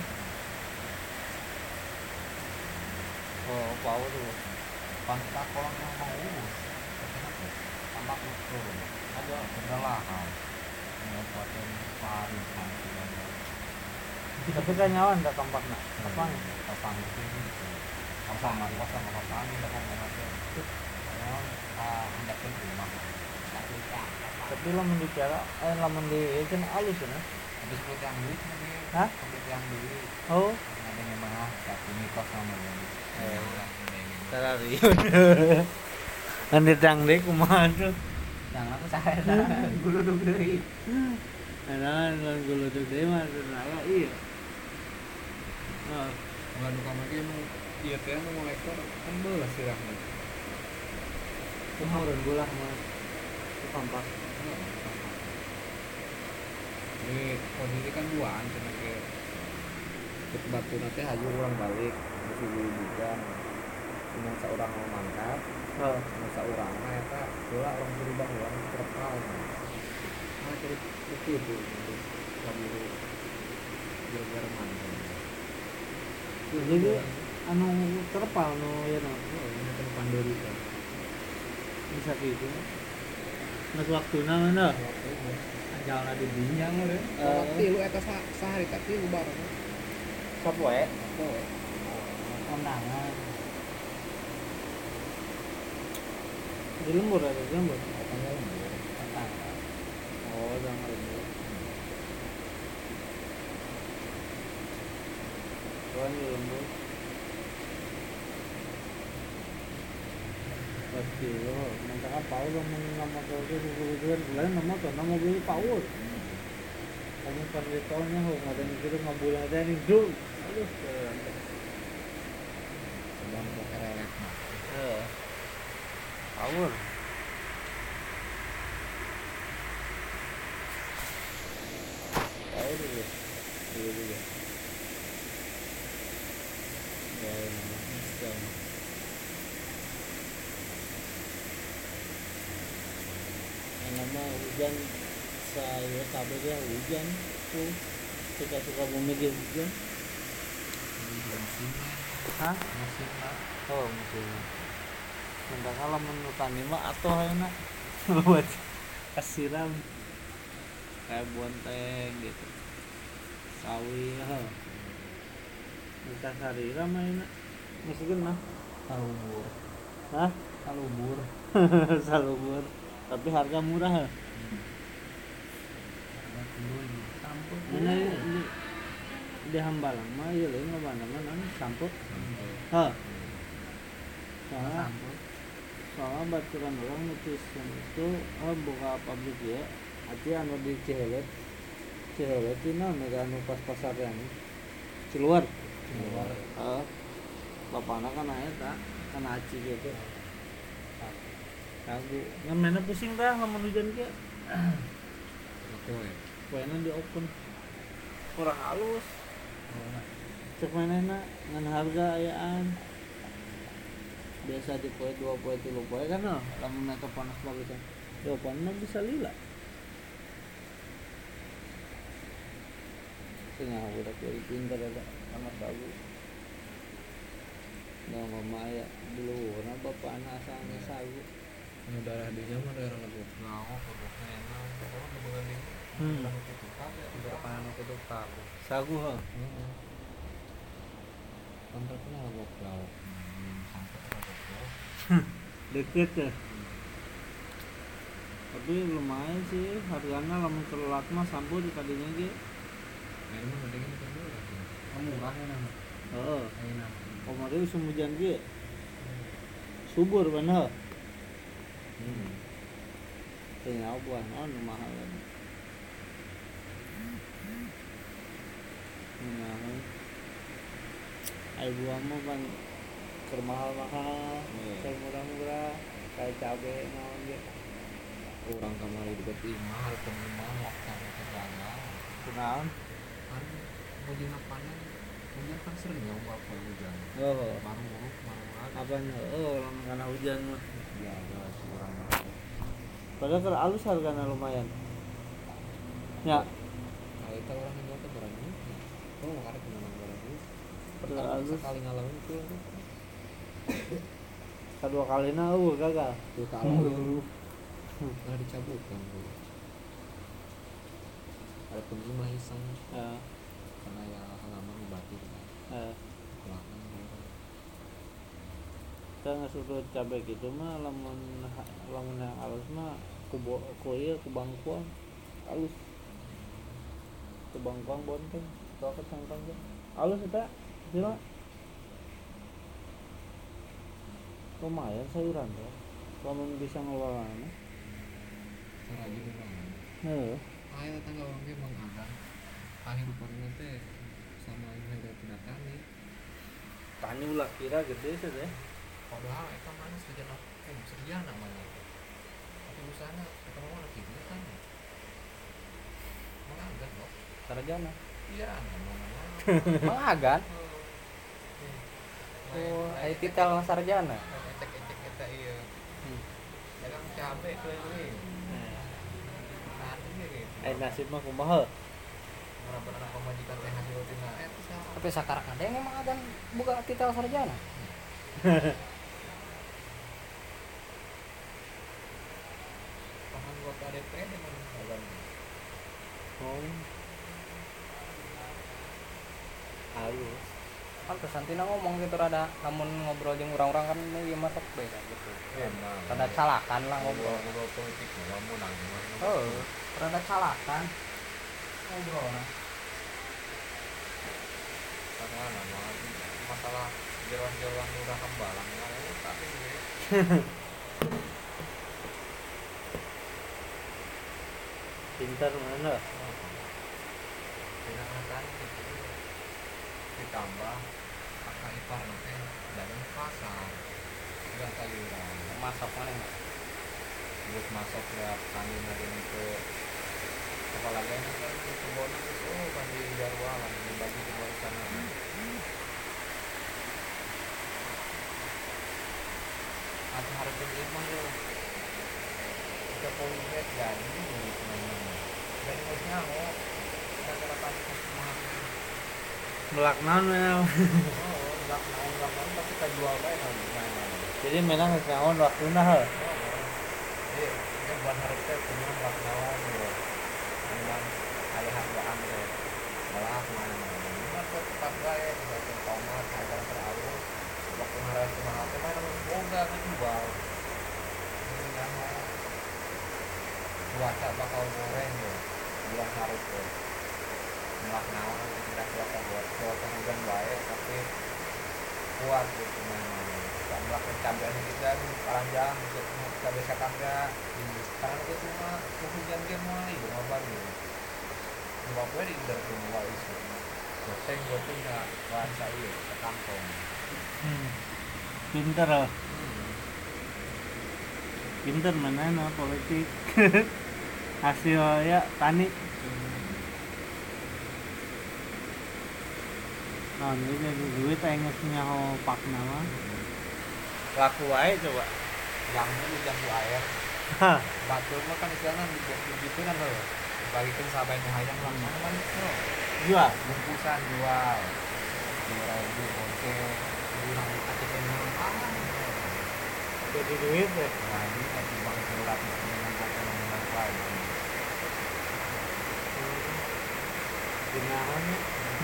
Oh, power tuh. Pantak kolam yang mau urus. Tambak itu. Ada kedalahan. Ngelepatin pari nanti. Tapi kan nyawan enggak tampaknya. Apa? Kapang itu gitu. Kapang nggak kuasa sama kapang ini kapang nggak ada. Karena ah hendak ke rumah. Tapi tak. Tapi lamun bicara, eh lamun di ieu kan alus ya. Habis seperti yang duit nanti. Hah? Seperti yang duit. Oh, Ada yang mah tapi ini kos sama yang. Eh. Eh. terariun. Kan ditang deh kumaha tuh. Yang aku saya dah. Gulu deui. Nah, lamun gulu tuh deui mah tenaga iya. Oh, Bukan kamu dia nu ieu teh nu molektor kan beulah sirahna. kumaha gula mah. Tampak. Ini posisi kan duaan cina ke ke batu nanti haju orang balik masih dulu juga dengan seorang mau mangkat Oh, dengan seorang nah eta heula orang berubah orang terpal nah jadi itu itu lagi gara-gara mantan jadi anu terpal nu ya no. oh ini kan panderi kan Bisa gitu. Mas waktuna mana? jangan ada binjang udah Eh. tapi lu eta sa- sehari tapi lu bareng Sapoe. oh Kondangan. Di lembur ada di lembur. katanya lembur Oh, jangan lembur. orang ya lembut. Pasti loh, mantap apa lo nama kau tu bukan bukan nama tu nama mobil power. Kamu kan di tahunnya ho nggak ada mikir nggak boleh ada nih dul. Aduh. Sedang kerewet mah. Eh. Power. Power dulu. Dulu juga. Ya, instan. Yang nama hujan saya kabel dia hujan tuh suka suka memikir hujan. Musim Hah? musim lah. Oh musim. Mentang kalau menurut tani mah atau enak buat kasiram kayak bonteng gitu. Sawi lah. Minta sariram mah enak. Masukin mah. Salubur. Hah? Salubur. Salubur. Tapi harga murah. Karena turun samput. Ini di, di Hambalang mah ya lain nggak mana-mana samput. Hah. Soalnya Samput. soalnya baturan orang netizen itu oh, buka pabrik ya. Arti anu di Cihelet. Cihelet itu anu anu pas pasarnya nih. Ciluar. Keluar. Heeh. Bapakna kan aya tak kana aci gitu. Kagu. Ngamena pusing dah lamun hujan ge. Betul ya. Poena di open. Kurang halus. Oh, Cek manehna ngan harga ayaan. Biasa di poe dua poe tilu poe kan no, lamun mereka panas banget kan. Di open mah bisa lila. Sehingga udah kayak pintar ada panas bagus. Nah mama ya dulu, nah bapak anak asalnya sagu. ini darah di mah daerah lebih ngawak lebih enak kalau kebetulan ini Hmm. udah tutup kabel udah panas tutup kabel Sagu ha. kontraknya agak jauh sampai agak jauh Deket ya. Tapi lumayan sih harganya lamun telat mah sampo di kadinya ge. air mah gede kan dulu lagi murah ya nama Heeh. air nama Kemarin musim hujan ge. Subur bener. hmm. Tinggal buah anu mahal kan. Nah, air buah mah kan keur mahal-mahal, Iya. keur murah-murah, kayak cabe naon ge. orang kamari dekat imah harus mahal sampai segala Kunaon? kan hujan panen hujan kan sering ya umpah hujan Oh, baru buruk baru ada apanya? Oh, lamun karena hujan mah. ya ada kurang Padahal kalau alus harganya lumayan. Ya, kalau itu orang yang jatuh berani oh nggak ada kemana berani Kalau pertama halus. sekali ngalamin itu kedua kalinya uh gagal. dua kali nggak dicabutkan tuh ada pengguna iseng Ya, karena ya halaman dibati eh, belakang gitu. kita nggak suruh cabai gitu mah, lamun lamun yang alus mah kubo kuil ke bangkuang alus, ke bangkuang bonteng, kau ke sangkang tuh alus itu, sila lumayan sayuran tuh, lamun bisa ngelolanya. cara aja memang Heeh. ayo tangga orang dia mengadang akhir rupanya teh sama yang ada tidak tani Tani ulah kira gede sih deh. padahal itu mana sejarah eh sejarah namanya tapi usahanya kita mau lagi itu kan mengadang loh Sarjana. iya namanya Mengagan. Oh, Oh, ai titel sarjana. ecek-ecek kita iya Hmm. dagang cabe keliling tadi gitu Eh nasib mah kumaha? benar-benar anak pemajikan teh hasil tina eh bisa Tapi sakarang ada yang emang agan buka titel sarjana. paham anggota D P R D mana agan Oh. Halus. Pantesan tina ngomong gitu rada namun ngobrol jeung urang-urang kan ieu masak beda gitu. emang Rada calakan lah ngobrol. ngobrol politik nggak mau nanggung Oh, rada calakan ngobrol nah. tapi Nah, nama masalah jalan-jalan udah kembalang ya, tapi ini Pintar mana? tindakan gitu ditambah kakak ipar nanti dari pasar nggak sayuran masak mana enggak? buat masuk ya kami lagi itu apalagi ini kan di kebun itu oh bagi jarwalan dibagi di luar sana atau harus jadi mah lo kita polimet jadi teman-teman dan harusnya mau kita kerapan semua Melaknan ya. oh enggak mau enggak mau tapi kita jual baik nanti main Jadi menang ngesaon waktu nah. jadi ini buat hari teh punya enggak naon gitu memang ayah hargaan teh malah kemana mana ini mah tuh tempat bae tinggal ke tomat harga terlalu waktu hari cuma nanti main oh enggak dijual ini nama cuaca bakal goreng ya bulan hari tuh melak naon nanti kita cuaca buat cuaca hujan baik tapi kuat gitu memang melak cabai kita panjang gitu cabai sakangga karena itu cuma hujan dia mulai gitu apa gitu dua gue di dari dua isu goseng gue punya bahasa iya sekampung Hmm. Pintar ah. Pintar mana nah politik. Hasil ya tani. Nah, ini jadi duit engesnya ho pak nama. Laku wae coba. yang itu jambu air Hah. batur mah kan istilahnya begitu kan lo bagikan sahabat yang hayang langsung kan lo Jual. bungkusan jual dua ribu oke bilang kasih penuh ah Jadi duit deh. nah ini nanti bang surat dengan pokoknya menang lagi Ginahan.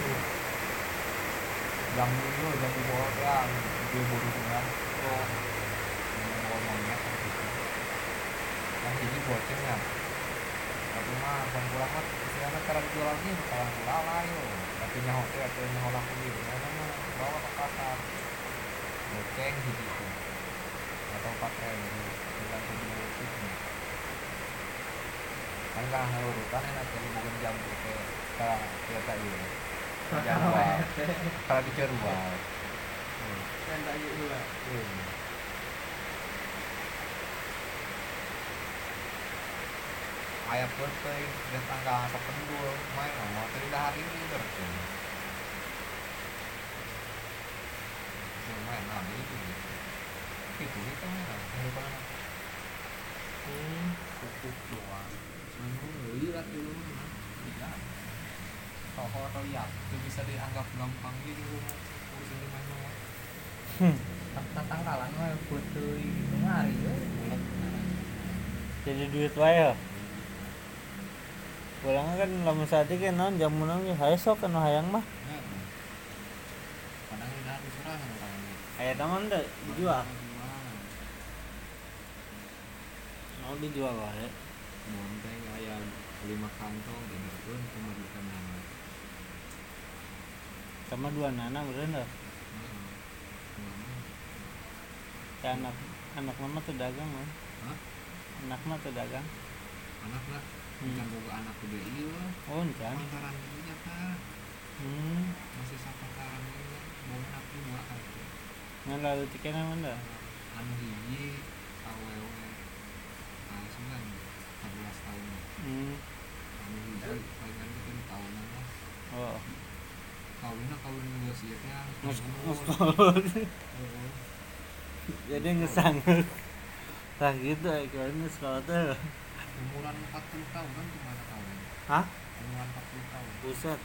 jam dulu jam dua ya dia buru dengan ngomongnya yang ini boceng ya tapi mah kan pulang mah istilahnya karena dijual lagi kalau pulang lah yo tapi nyaho teh atau nyaho laku gitu mana mah bawa ke pasar boceng gitu atau pakai dengan video itu kan kan urutan enak jadi bukan jam ke kalau kita ini jadwal kalau dijual Kan tak yuk dulu. ayah petai dan tanggal sependul main mau tidak hari ini berarti main nabi itu itu itu mana lupa Hmm. Pupuk doang. Mana lihat dulu mana. Tidak. kalau atau ya itu bisa dianggap gampang gitu urusan di mana Hmm. Tak tangkalan mah puteuy gitu ngari we. Jadi duit wae ya. Pulang kan lamun saat ini kan naon jamu naon ge hae sok anu hayang mah. kadang udah disurah kan Aya taman teh dijual. Mau dijual wae. monteng ayam lima kantong ini pun cuma di kanan Sama dua nana beureun dah. Ya anak anak mama tuh dagang mah. Hah? Anak mah tuh dagang. anak lah Hmm. bukan boga anak udah iya Oh, encan. pantaran iya kan Hmm. masih sapantaran iya boga anak dua kan Ngan lalu tikena mana? anu hiji awewe ah sembilan empat belas tahun Hmm. anu hiji palingan itu di tahunan lah Oh. kawinnya kawin negosiatnya Nges nges Jadi ngesanggeut. Lah gitu aya kawin sekolah teh. umuran empat puluh tahun kan gimana kawin Hah? umuran empat puluh tahun Buset.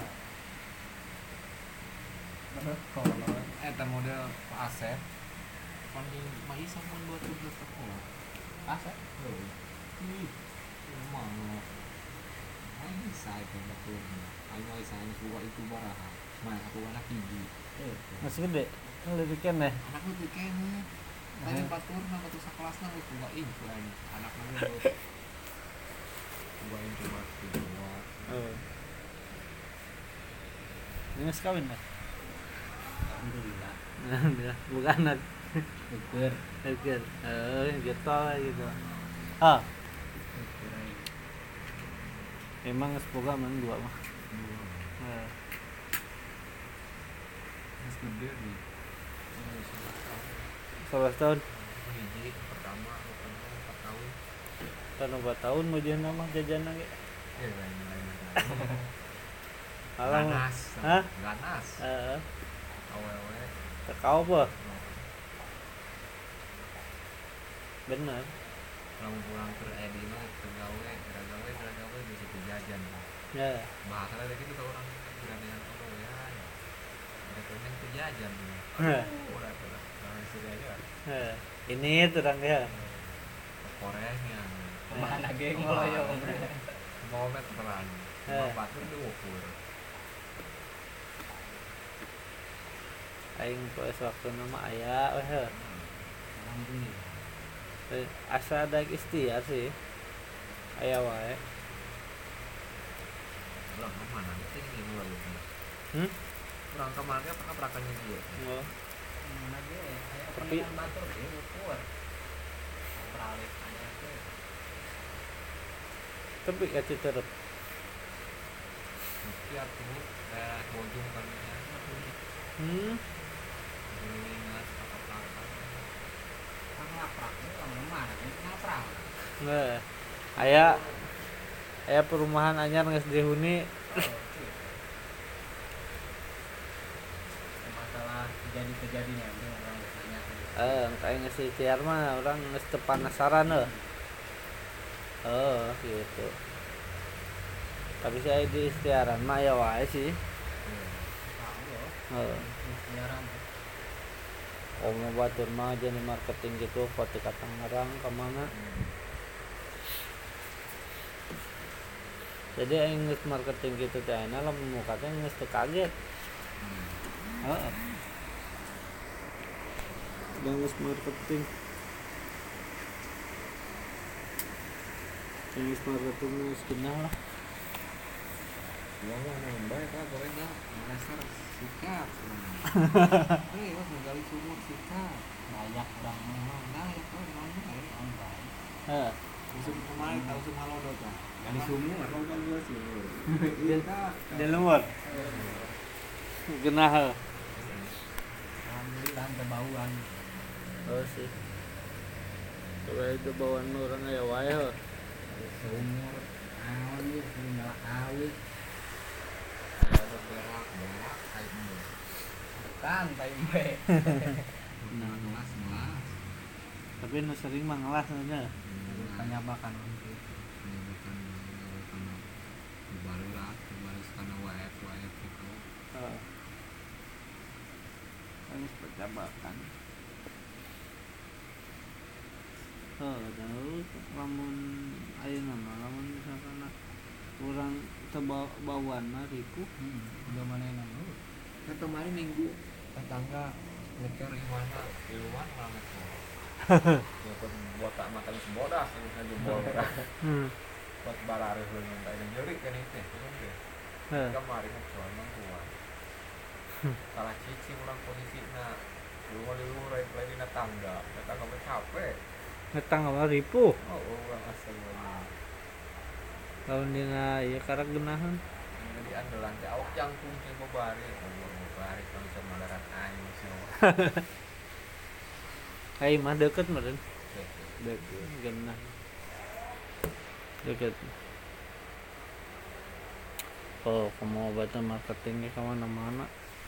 Kalau eta model Pak Asep kan di Mai sama buat tuh sekolah asap. oh ih emang ayo bisa itu betul ayo bisa ini dua itu baraha mah aku anak hiji Masih gede. Lebih kene. anak lu tuh kayaknya tadi batur nama tuh sekelasnya lu dua itu aja anak lu dua itu cuma dua Oh. Ini sekawin dah. alhamdulillah. Alhamdulillah. Bukan anak Syukur. Syukur. Eh, gitu gitu. Ah, Syukur aja. emang semoga men dua mah. Eh, Mas gede di ini sebelas tahun. sebelas tahun. Hiji pertama bukan empat tahun. Kan empat tahun mau jajan mah jajan lagi. Ya lain lain. Alah. Ganas. Hah? Ganas. Heeh. Awewe. Tekau apa? Bener. Kalau pulang ke Edi mah kegawe, keragawe, keragawe bisa kejajan. Ya. Bahasa lagi kita orang berani yang kalau ya. Ada pengen kejajan. Heh. Udah udah. Nah, sini aja. Eh, ini terang ya. Korenya. Kemana geng ngoloyong. Mau meteran. Eh. Bapak tuh diukur. Aing poes waktu nama aya weh. heuh. Alhamdulillah. Eh, Asa ada ikhtiar sih. Aya wae. Pulang kemana? Ini gini lalu. Hmm? Pulang kemana? Apakah perakannya dia? Oh. Mana ge aya Tapi- pernikahan batur ge ukur. Peralih aya teh. Tapi kata terus. Iya tuh, daerah Bojong kalinya. Hmm. Gelingan, apa-apa. Kang laprak ge orang mana ge laprak. Nah, aya aya perumahan anyar geus dihuni. Masalah kejadian-kejadiannya itu orang banyak. Eh, kayak geus ikhtiar mah orang geus teu penasaran heuh. Oh, gitu. Tapi saya di ikhtiaran mah ya wae sih. Tahu loh. Heeh. Siaran. Omo batur mah jadi marketing gitu, foto katang ngarang kemana. Jadi aing geus marketing gitu teh ayeuna lamun muka teh geus teu kaget. Heeh. Udah geus marketing. Geus marketing geus genah lah. Gua mau nambah kan pokoknya master sikat. Eh, wah menggali sumur sikat. Banyak orang ngomong, nah ya kok ngomong eh orang baik. Heeh. Musim kemarin tahu semua lo kan. Gali sumur. Kalau kan gua sih. Di lumur. Genah heuh. Alhamdulillah kebauan. Oh sih. Coba itu bawaan orang aya wae heuh. Sumur awit, tinggal awit. Ada berak, berak kayak ini. Bukan tempe. Nah, ngelas ngelas. Tapi nu sering mah ngelas nya. Penyabakan itu. Ini bukan karena dibalurat, dibalas karena W F W F itu. Heeh. Geus pejabakan. Oh, daud lamun ayeuna mah lamun misalkan urang teu bawaan mah ripuh. Hmm, udah mana yang nanggu? Kan kemarin minggu tetangga ngeker gimana di luar rame tuh. Ya pun buat tak makan sebodas ini jebol. Hmm. Buat barare heula minta yang nyeri kan itu belum deh. Heeh. Kemarin soalnya kuat. Salah cici orang posisinya lu mau lu rek lagi na tangga, tetangga mah capek. Ngetang apa ripuh. Oh, orang asal banget. Lamun dina ieu karak geunaheun. Jadi andalan teh awak jangkung teh bobari, oh bobari kalau bisa madaran aing semua. Ai mah deukeut meureun. Deukeut geunah. Deukeut. Oh, kamu obatnya marketingnya kemana-mana.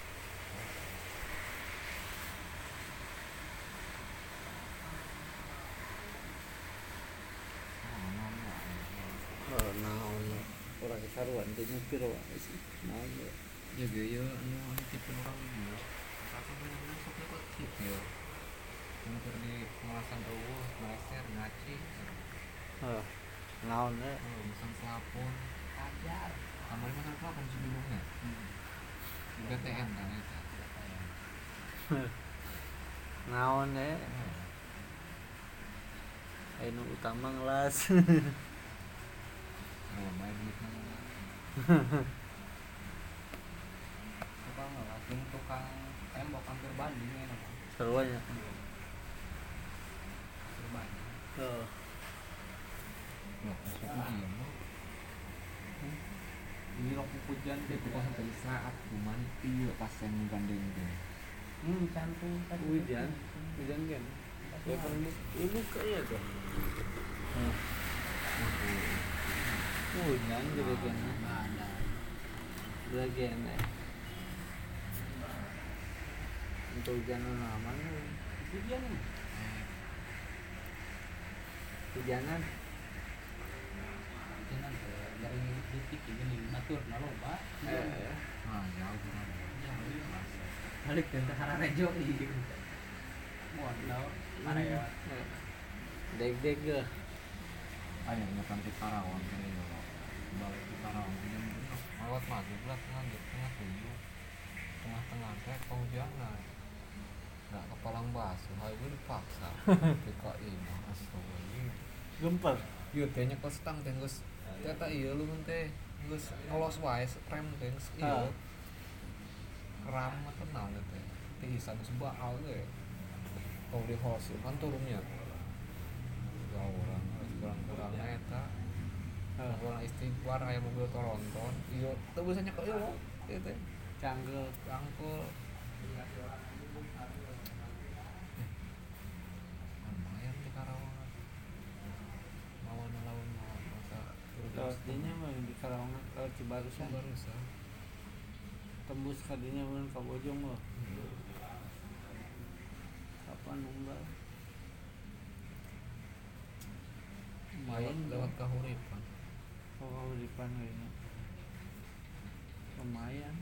Oh, naon orang saruan teh nyupir wae sih. Naon ya. Ya gaya anu anu tipe orang dia. Rasa bener-bener sok ikut tip ya. Untuk di pengelasan eueuh, meleser ngaci. Oh, naon ya. Oh, mesan plafon. Ajar. Kemarin mesan plafon sebelumnya. B T M kan eta. Naon ya. Anu utama ngelas. Oh, main gitu. Tukang ngelas, jeung tukang tembok Keruanya. Terbanyak. Oh. Nggak masuk ujian mah. Ini rok hujan Dia tuh pas sampai saat cuman iya pas yang gandeng deh. Hmm, cantik kan. Hujan, hujan kan. Ya kan ini kayak tuh. Nah, hujan juga kan. Ada. Bagian ya. Untuk hujan aman. Hujan. Hujanan. Hujan dari detik ini natur naloba. Eh, Ah jauh kan. Balik tentang hara rejo di. Mondau. Mana ya? deg-deg ge. Ayo nyepan di Karawang kan ya. Balik di Karawang hujan bener. Lewat maghrib lah tengah tengah tujuh. Tengah-tengah teh kehujanan. Nggak kepalang basuh, hai gue dipaksa. P K I mah astagfirullah. Gempar. Iya teh nyekel stang teh geus. Teh tak ieu lu mun teh geus olos wae rem teh geus ieu. Ram mah tenang teh. Teh hisan sebaal ge. Kalau di host kan turunnya. Ya orang kurang-kurang eta. Kurang istighfar aya mobil Toronton. Ieu teu bisa nyekel ieu ieu teh. Canggel. Cangkul. Lumayan di Karawang. Lawan-lawan masa Lewat dinya mah di Karawang lewat Cibarusan. Barusan. Tembus kadinya mun ka Bojong mah. Kapan nunggal? Lewat lewat Kahuripan. Oh, di pan kayaknya. Lumayan.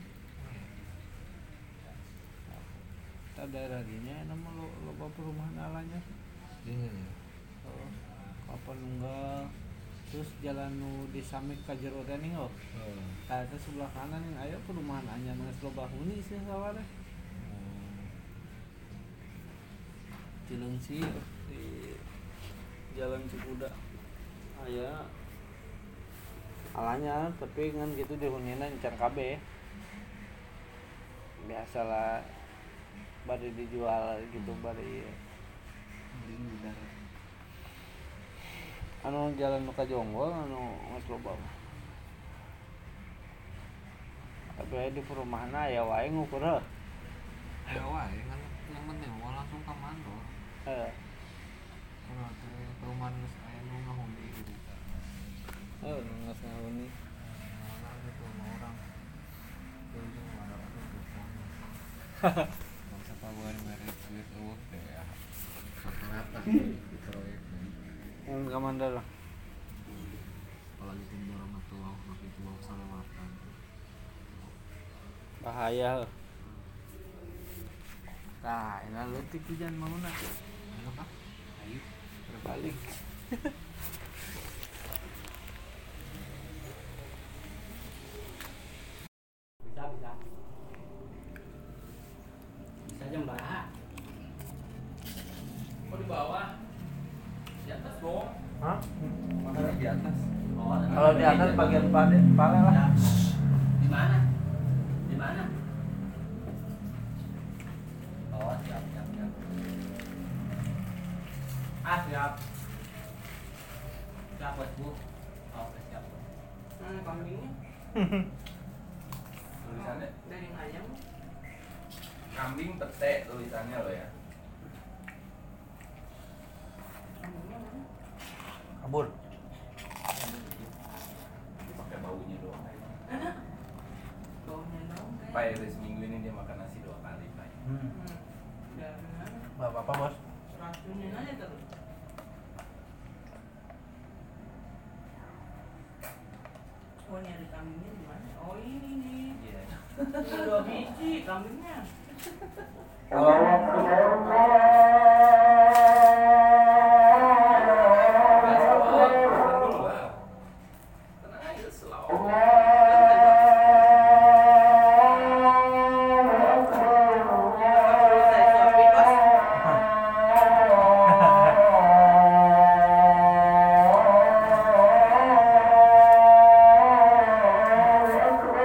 Ta daerah dinya nama lo loba perumahan alanya. Iya ya. Oh, kapan nunggal? Terus jalan nu di Samik ka jero teh nih oh. Oh. Tah teh sebelah kanan yang aya perumahan anyar geus loba huni sih sawareh. Cileungsi di Jalan Cipuda. Aya alanya tapi ngan gitu dihunina encan kabeh. Biasalah bade dijual gitu bade Beli udar. anu jalan nu ka Jonggol anu geus loba mah. Tapi aya di perumahan aya wae ngukur heuh. Ayo wae kan yang penting mau langsung ke Mandor. Heeh. Kalau teh perumahan geus aya nu ngahuni gitu. Oh, nu geus ngahuni. Orang gitu sama orang. Ujung mana tuh bukan. Masa pabuan merek duit eueuh teh ya. Rata di proyek. Yang ka Mandar. Apalagi tim orang tua, makin tua salawatan. Bahaya heuh. Tah, enak leutik hujan mauna. Ayo kah? Ayo. Terbalik. Bisa bisa. Bisa jam berapa? Kok di bawah? Di atas dong. Hah? Makanya di atas. Oh, Kalau di atas bagian pale, pale lah. Di mana? Di mana? Oh, siap, siap, siap. Ah, siap. Siap, Bos, Bu. Oke, siap. Nah, kambingnya Tulisannya daging ayam. kambing pete tulisannya loh ya. Kambingnya mana? Kabur. Pakai baunya doang. Baunya dong. Pak, ya, seminggu ini dia makan nasi dua kali, Pak. Hmm. Udah benar. Enggak apa-apa, Bos. Racunin aja terus. Oh, nyari kambingnya di mana? Oh, ini nih. Iya. Dua biji kambingnya. Biasa, Pak. Tenang dulu lah. Tenang aja, slow. Saya suapin, Bos.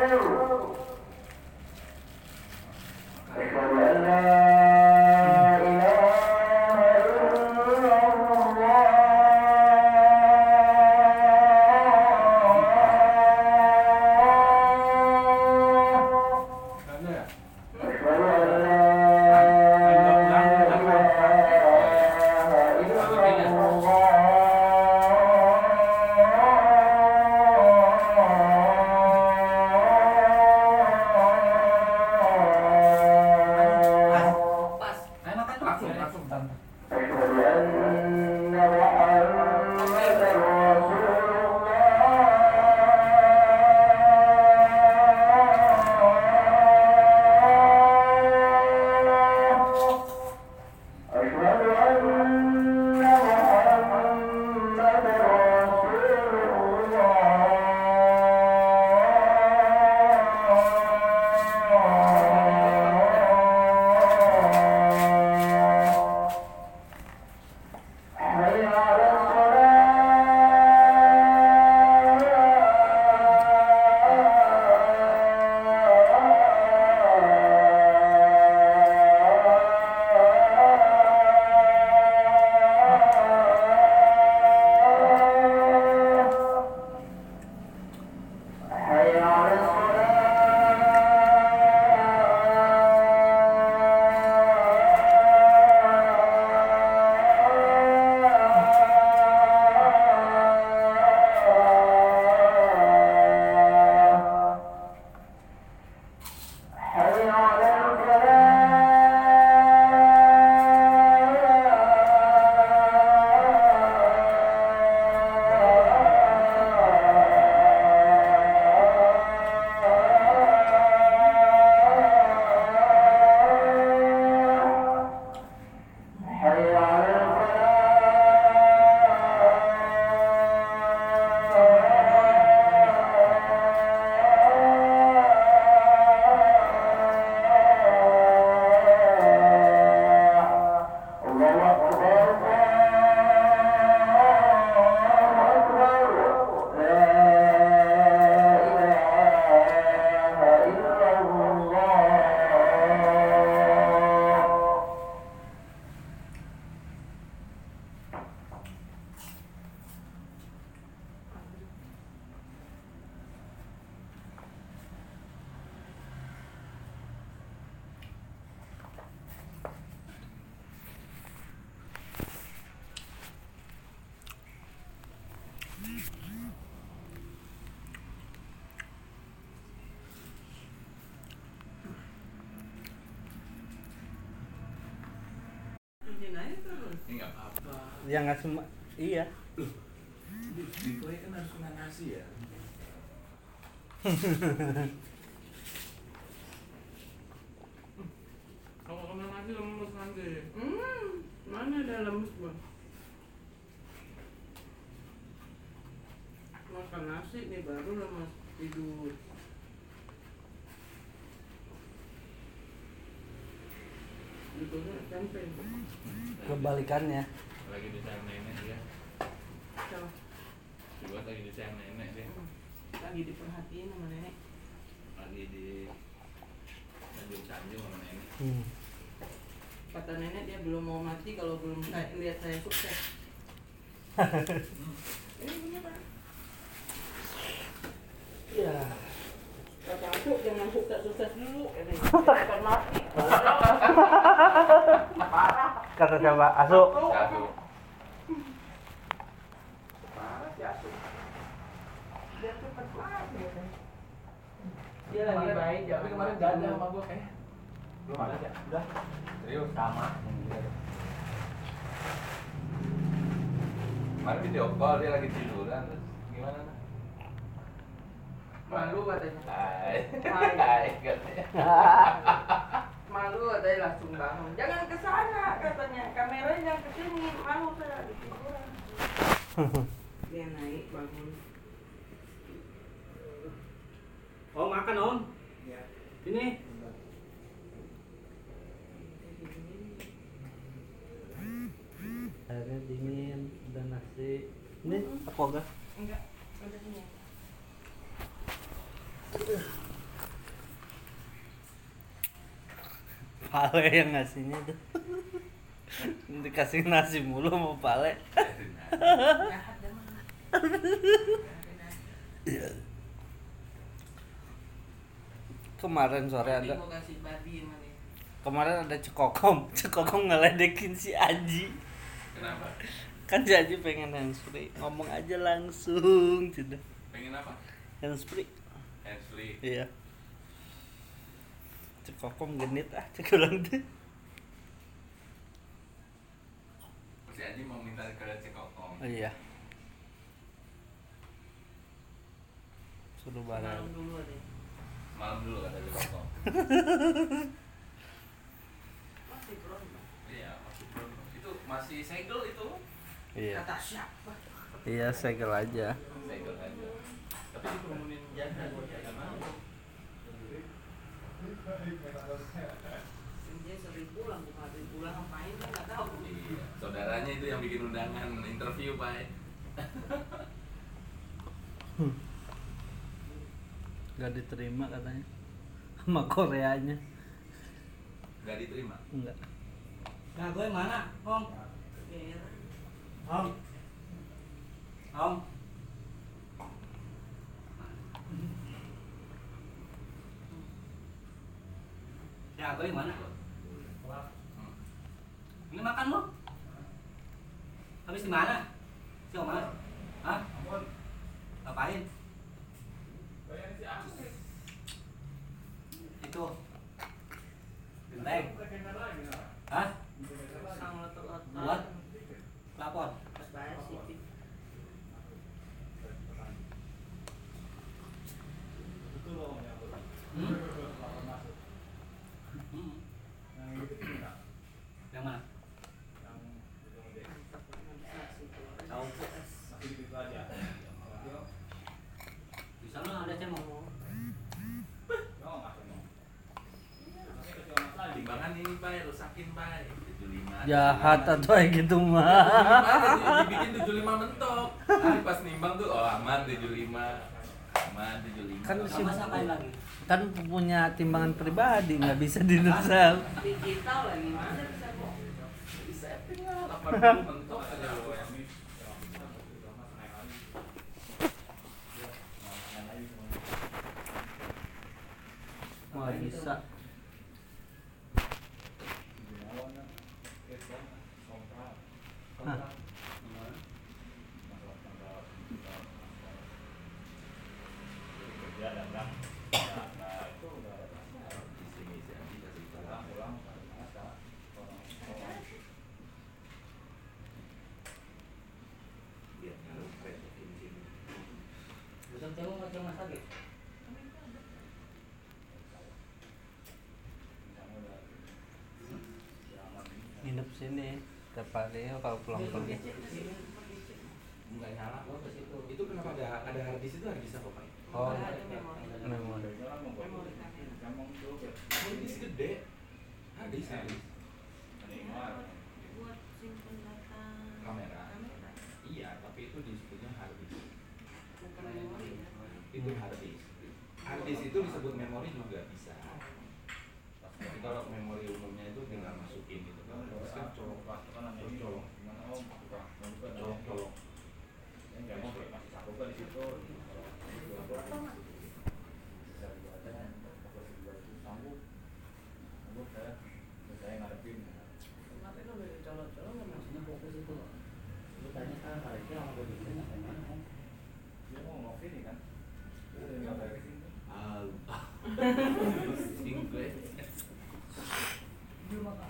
أشهد أن لا Pas. Ayo makan langsung langsung tante. Ini nggak apa-apa. Yang ngasih ma- iya. Di, di kue kan harus kena nasi ya. Kalau kena nasi lemes nanti. Hmm, mana ada lemes bang? Makan nasi nih baru lemes tidur. Betulnya tempe. Kebalikannya. Lagi disayang nenek dia. Coba. Juga lagi disayang nenek dia. Lagi diperhatiin sama nenek. Lagi di sanjung-sanjung sama nenek. Hmm. Kata nenek dia belum mau mati kalau belum saya- lihat saya sukses. Ini beneran. Iya. Kata aku jangan sukses-sukses dulu. Ini akan mati. Kata siapa? Asu. Satu. Parah si Asu. Dia cepet mati. Dia lagi baik, Tapi kemarin gak ada sama gua kayak. Belum ada ya? Udah. Serius sama. Kemarin video call dia lagi tiduran terus gimana? Malu katanya. Hai. Hai. Hai katanya. Malu katanya langsung bangun. Jangan ke sana katanya. Kameranya ke sini. Malu saya di tiduran. Dia naik bangun. Om makan om. Ya. Ini. Airnya dingin, udah nasi. Ini apa enggak? Enggak. Udah sini. Pale yang ngasihnya tuh. Dikasih nasi mulu sama Pale. Jahat dah mah. Kemarin sore Nanti ada gua kasih babi sama dia. kemarin ada Cekokom, Cekokom ngeledekin si Aji. Kenapa? Kan si Aji pengen handsfree, ngomong aja langsung gitu. Pengen apa? Handsfree. Handsfree. Iya. Cekokom genit ah, cekulang deh. Si Aji mau minta ke Cekokom. Oh, iya. Suruh barang. Malam dulu deh. Malam dulu kata Cekokom. Masih bro. Iya, masih belum. Itu masih segel itu. Iya. Kata siapa? Iya, segel aja. Segel aja. Tapi dikerumunin jangan buat jaga mau. Dia sering pulang, bukan sering pulang ngapain kan nggak tahu. Iya, saudaranya itu yang bikin undangan interview, Pak. Gak diterima katanya sama Koreanya. Gak diterima. Enggak. Nah, gue mana? Om. Iya. Om. Om. Ya, gue mana? Ini makan lo? Habis di mana? Si Om mana? Hah? Ngapain? Itu. Genteng. Hah? Sang letot-letot. Buat? Lapor. Pas bayar sih. Hmm? Hmm. Yang mana? Tahu. Di sana ada cemong. Timbangan ini, Pak, rusakin, Pak. tujuh puluh lima. Jahat atau kayak gitu mah. tujuh puluh lima, dibikin tujuh puluh lima mentok. Tapi pas nimbang tuh oh aman tujuh puluh lima. Aman tujuh puluh lima. Kan si Sama siapain lagi? kan punya timbangan pribadi nggak bisa dinusal. Digital lagi mana bisa kok? Di setting lah delapan puluh mentok aja. Wah bisa. Hah. Bukan cemong atau mas lagi? Nginep sini tiap hari kalau pulang pergi. Enggak nyala. Itu kenapa ada ada hard disk itu hard disk apa, Pak? Oh, Ada memori. memori. Memori Hard disk gede. Hard disk hard disk. buat simpen data Kamera. kamera. Iya, tapi itu disebutnya hard disk. Bukan memori ya. Itu hard disk. Hard disk itu disebut memori juga bisa. Tapi kalau memori umumnya itu tinggal masukin gitu. Kalau hard disk kan colok, colok, colok, colok, colok. Kemarin lo udah colok-colok nggak maksudnya fokus itu. Lu tanya sekarang harusnya orang gue bikin apa mana? Dia mau ngopi nih kan? Ah, sing gue. Dia makan.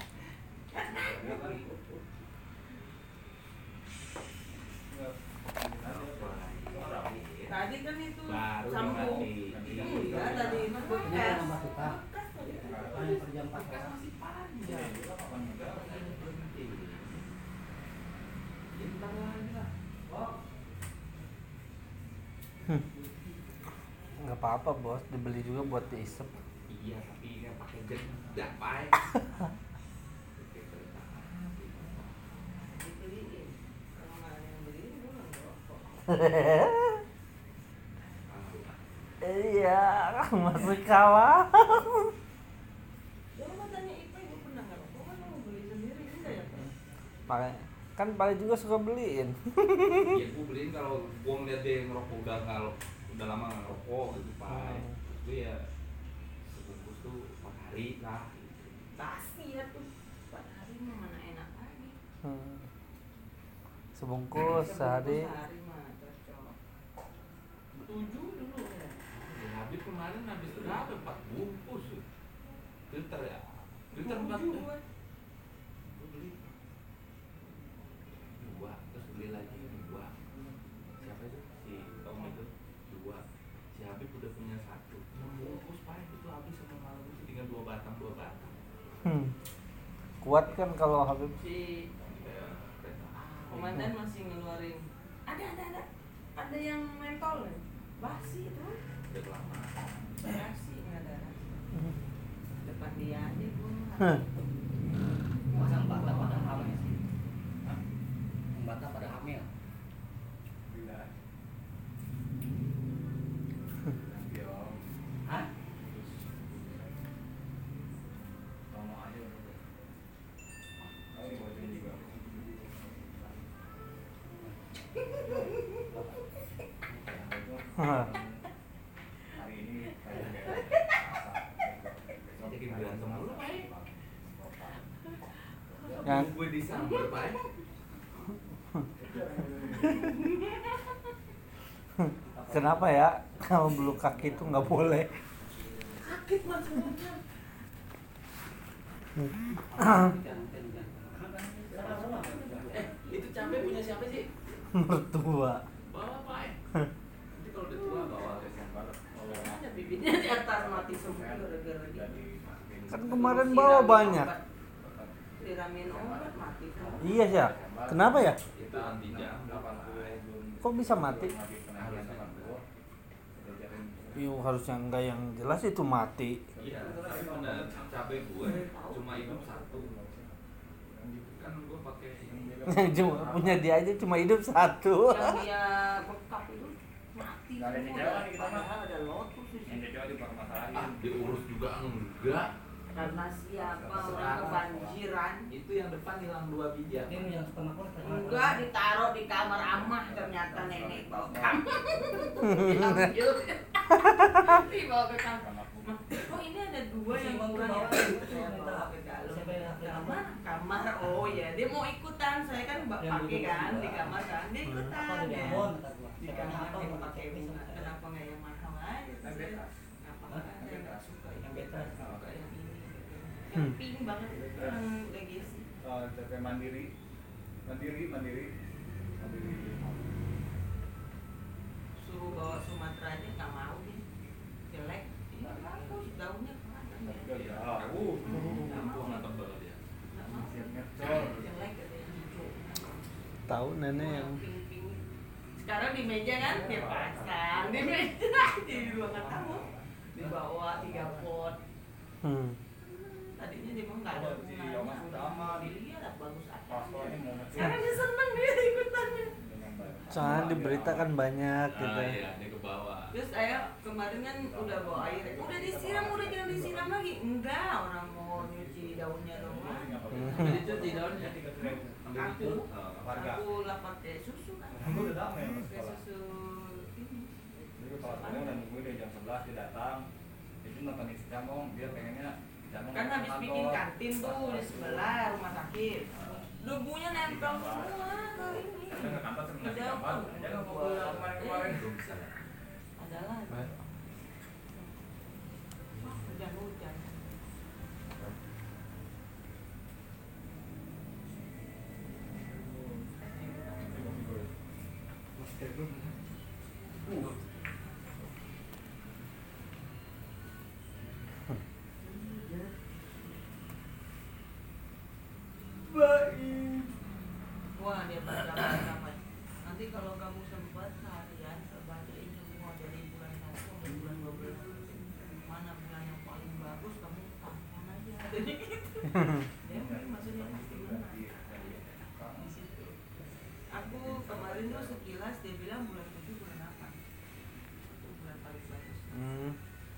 Tadi kan itu Baru sambung. mati. Iya, tadi itu Ini bekas. nambah suka. Bekas tadi. Apa yang per jam empat kan? Masih panjang. Bintang lagi lah. Nggak apa-apa bos, dibeli juga buat diisep. Iya, tapi kan pakai jeda, Pak. Dibeliin. Kalau nggak ada yang beliin, gue nggak ngerokok. Iya, masih kalah. Ya lu katanya Ipa ibu pernah ngerokok kan lu beli sendiri enggak ya? Pak? Makanya kan Pak juga suka beliin. Iya, gue beliin kalau gue ngeliat dia ngerokok udah kalau udah lama nggak ngerokok gitu, Pak. Hmm. Itu ya sebungkus tuh per hari lah. Gitu. basi ya tuh empat hari mah mana enak lagi. Hmm. Sebungkus sehari. Sehari mah cocok. Tujuh dulu ya. Ya, habis kemarin habis berapa? Empat bungkus. Filter ya? Filter empat. Tujuh gue. Gue beli dua, terus beli lagi dua. Siapa itu? Si Tom itu dua. Si Habib udah punya satu. Enam bungkus pak itu habis sama malam itu tinggal dua batang dua batang. Hmm. Kuat kan kalau Habib. Si Ya, kereta. komandan masih ngeluarin. Ada ada ada. Ada yang mentol nih. Basi itu. Udah lama. Basi nggak ada rasa. Depan dia aja gue. Hah. Pasang Batak pada hamil sih. Batak pada hamil. Bila. Hah? Hah. Hari ini Jadi berantem mulu pak. Yang Gue disambar pak. kenapa ya kalau beluk kaki itu nggak boleh? Sakit maksudnya. Eh itu cabai punya siapa sih? Mertua. Bawa pak. Nanti kalau udah tua bawa ke sambar. Ada bibitnya di atas mati semua gara-gara dia. Kan kemarin bawa banyak. Diramin obat mati kan. Iya sih. Ya. Kenapa ya? Itu anti jamur pak. Kok bisa mati? Iya harusnya enggak yang jelas itu mati. Iya, tapi benar cabai gue cuma hidup satu. Kan gue pakai ini. Cuma punya dia aja cuma hidup satu. Yang dia bekap itu mati. Nggak ada semua. cecewah nih kita mah. Padahal ada lotus di yang situ. cewek dipermasalahin. Ah, diurus juga enggak. Karena siapa orang kebanjiran. Itu yang depan hilang dua biji. Ini yang setengah pun Enggak ditaruh di kamar amah ternyata nenek bawa kamar. Diambil. Dibawa ke kamar. Oh ini ada dua yang kurang ya. Bawa ke dalam. Kamar, kamar. Oh ya dia mau ikutan. Saya kan pakai kan di kamar kan. Dia ikutan ya. Di kamar dia pakai bunga. Kenapa nggak yang mahal aja? Kenapa saya nggak suka yang beta? Suka yang ini. Yang pink banget. Yang legacy. Oh, cewek mandiri, mandiri, mandiri, mandiri. Suruh bawa Sumatera aja nggak mau nih, jelek. Iya bagus daunnya keren. Gak jauh. Nggak mau. Gue nggak tebel dia. Nggak mau. Ngecol. Jelek ada yang hijau. Tahu nenek yang Pink-pink. Sekarang di meja kan dia pasang di meja di ruangan tamu dibawa tiga pot. hmm. Tadinya dia mau nggak ada Oh, si Yoma sudah aman. Iya lah bagus aja. Paspornya mau ngecek. Sekarang dia seneng dia ikutannya. Soalnya diberitakan banyak Ah gitu. iya, dia ke bawah. Terus saya kemarin kan udah bawa air, udah disiram, udah jangan disiram lagi. Enggak, orang mau nyuci daunnya doang. Sampai dicuci daunnya. Sampai Aku, dicuci. Oh. Warga. aku lah pakai susu kan. Kamu udah damai sama Pakai sekolah. susu ini. Jadi kalau saya udah nungguin dari jam sebelas dia datang. Itu nonton isi Camong, dia pengennya Camong. Kan habis bikin kantin tuh di sebelah rumah sakit. Debunya nempel semua ke ini. Dia ke kantor cuma Di ngasih daun. kabar. Dia nggak mau pulang kemarin-kemarin. Belum bisa. Adalah. Hujan-hujan. Wah dia baca-baca. Nanti kalau kamu sempat seharian bacain semua dari bulan satu sampai bulan dua belas. Mana bulan yang paling bagus kamu tampon aja. Jadi gitu. Ya maksudnya pasti benar. Di situ. Aku kemarin tuh sekilas dia bilang bulan tujuh bulan apa? Itu bulan paling bagus. Hmm.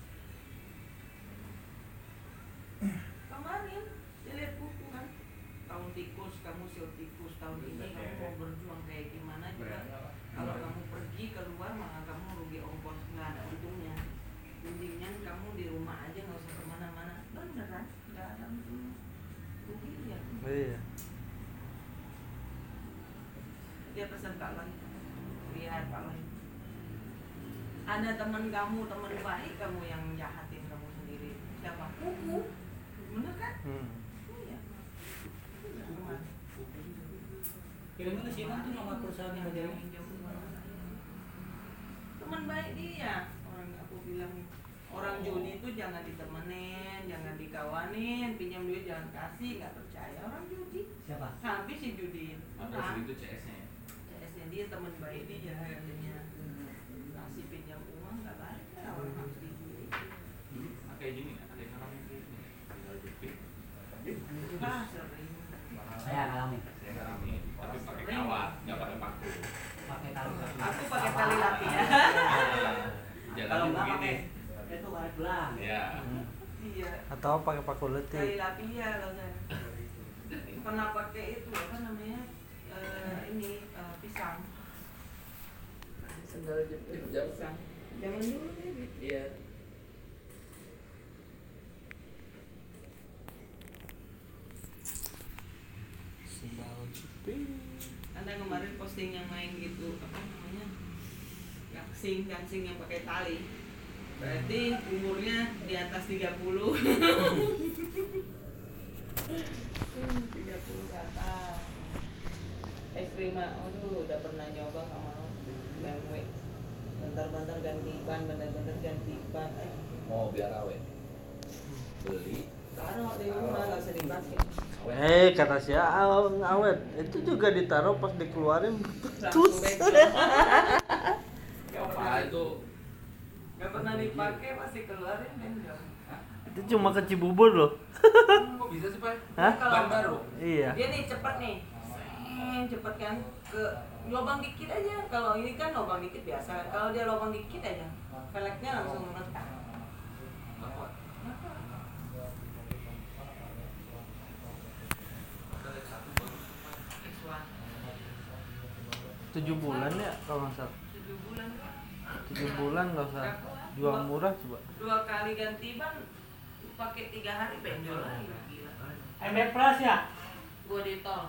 Kemarin dia lihat buku kan. Tahun tikus, kamu sil tikus, tahun ini kamu mau berjuang kayak gimana juga. Kalau kamu pergi keluar malah kamu rugi ongkos, nggak ada untungnya. Mendingan kamu di rumah aja nggak usah kemana-mana. Beneran, nggak ada untungnya. Kak Lon. Lihat Kak Lon. Ada teman kamu, teman baik kamu yang jahatin kamu sendiri. Siapa? Kuku. Bener kan? Hmm. Iya. Kira-kira sih tuh nama perusahaan yang Yang jadi jauh banget. Teman baik dia. Orang aku bilang orang judi itu jangan ditemenin, jangan dikawanin, pinjam duit jangan kasih, nggak percaya orang judi. siapa? Habis si judi. Apa Orang. itu C S-nya ya? C S-nya dia teman baik dia katanya. Kasih pinjam uang nggak balik ya orang habis di judi. Dulu kayak gini nggak? Ada yang ngalamin kayak gini nggak? Tinggal jepit. Ah sering. Saya alami. Saya ngalamin, tapi pakai kawat, nggak pakai paku. Pakai tali. Aku pakai tali lapi ya. Jalannya begini. Itu karet belang. Ya. Iya. Atau pakai paku Tali letih. lapi ya kalau saya. Pernah pakai itu apa namanya? Eh, ini eh, pisang. Sendal jepit jam. Pisang. Jangan dulu deh. Iya. Sendal jepit. Anda kemarin posting yang main gitu apa namanya? Gangsing, gangsing yang pakai tali. Berarti umurnya di atas tiga puluh. tiga puluh ke atas. Es krim, aduh udah pernah nyoba sama B M W. Bentar-bentar ganti ban, bentar-bentar ganti ban. Eh, Mau biar awet. Beli. taruh di rumah nggak usah dipakai. Eh kata si Aang awet itu juga ditaruh pas dikeluarin Langsung tus. bengkel. Apa itu? Gak pernah dipakai pasti keluarin bengkel. Itu cuma ke Cibubur loh. Kok bisa sih Pak? Hah? Ban baru. Iya. Dia nih cepet nih, Seng, cepet kan ke lubang dikit aja. Kalau ini kan lubang dikit biasa. Kalau dia lubang dikit aja, velgnya langsung retak. Nggak kuat. Ada satu bagus. X satu Tujuh bulan ya kalau nggak salah. tujuh bulan kan. Tujuh bulan nggak usah jual murah coba. Dua kali ganti ban, pakai tiga hari benjol lagi. Gila. M B Plus ya? Gua di tol.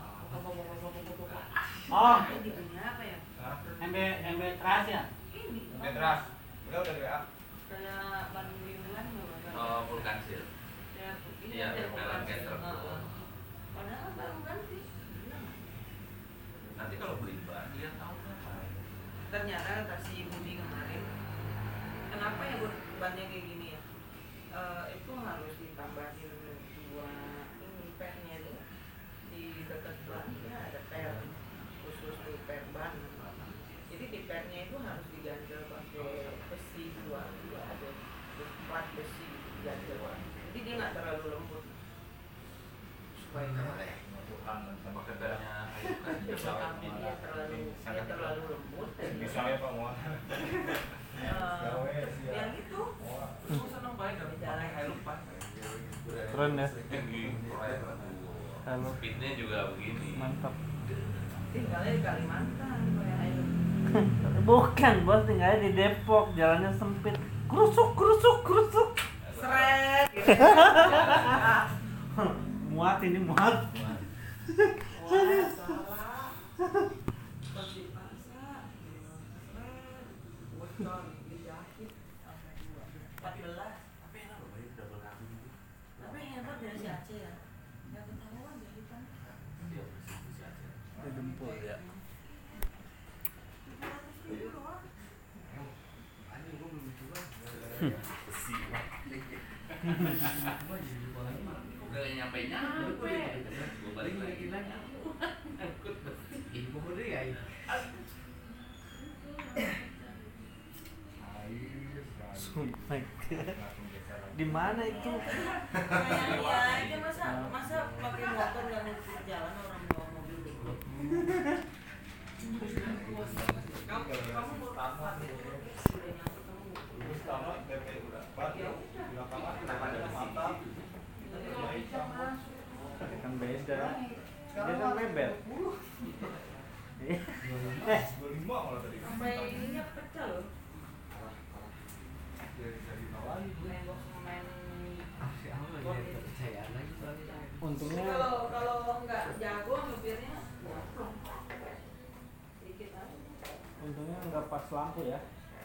Oh, Ini punya apa ya? M B M B Trust ya? Ini. Metras. Udah udah di W A. Kayak ban biruan nggak? Oh, vulkansil. Ya, ini Iya, ada pelan bukan. kayak truk. Heeh. Padahal baru ganti. Nanti kalau beli ban lihat tahunnya apa. Ternyata kata si Budi kemarin, kenapa ya Bud, bannya kayak gini ya? Eh, itu harus ditambahin dua ini pernya itu di dekat bannya ada per khusus di per ban. Jadi di pernya itu harus diganjel pakai besi dua, dua ada plat besi diganjel. Jadi dia nggak terlalu lembut. Supaya Pakai bannya air kan. tapi dia terlalu dia terlalu lembut dan dia- Misalnya Pak Muhammad. Eh, ya gitu. Aku seneng banget kan pakai Hilux-Pan. Keren ya. Keren. Halo. Speednya juga begini. Mantap. Tinggalnya di Kalimantan kayak air. Bukan bos, tinggalnya di Depok, jalannya sempit. Krusuk krusuk krusuk. Seret gitu. Muat ini muat. Wah, salah. Pas dipaksa, seret. Bocor, dijahit sampai dua empat belas. Tapi enak loh, ini double kaki gitu. Tapi yang hebat dari si Aceh ya. Gak ketahuan jahitan. Dia bersih bersih aja. Di dempul ya. tujuh ratus ribu doang. Anjing gua belum coba. Besi. Udah nyampe nyampe. Gua balik lagi lagi. Ikut besi. Ibu gede ya. Sumpah. Di mana itu? Kayaknya aja masa masa pakai motor nggak mau jalan orang bawa mobil dulu. Kamu kamu mau pakai udah nyangkut kamu mau. Terus sama D P udah. Pak, di lapangan kenapa ada mantap? Kan beda. Dia kan bebet. Eh, dua puluh lima malah tadi. Sampai ininya pecah loh. Dari dari bawah. Main box main. untungnya Kalau kalau nggak jago nyupirnya dikit aja. untungnya nggak pas lampu ya.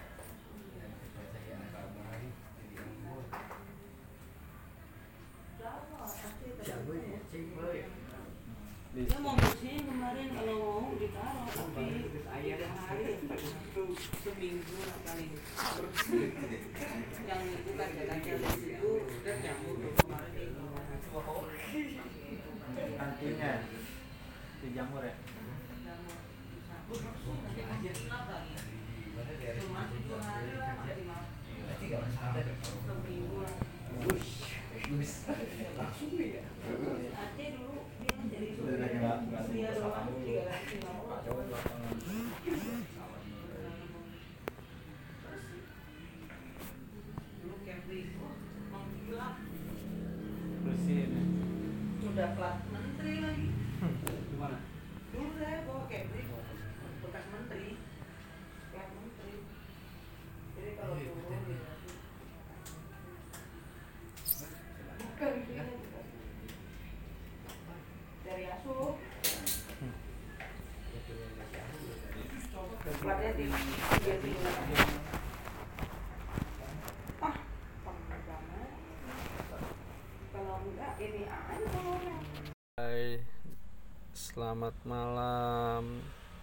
Dia mau bersihin kemarin kalau mau ditaruh tapi tiga hari seminggu kali yang itu kaca-kaca di situ udah nyamuk kemarin Nantinya di jamur ya. seminggu lah. Aceh dulu dia jadi dia doang tiga ratus lima puluh. Dulu Kepri mengkilap. Bersihin ya. Udah plat menteri lagi. Gimana? Dulu saya bawa Kepri bekas menteri. Plat menteri. Jadi kalau turun gitu. Bukan dia dari asuh. Platnya di dia tinggal. Ah, pamer banget. Kalau enggak ini aja kalau Hai, selamat malam.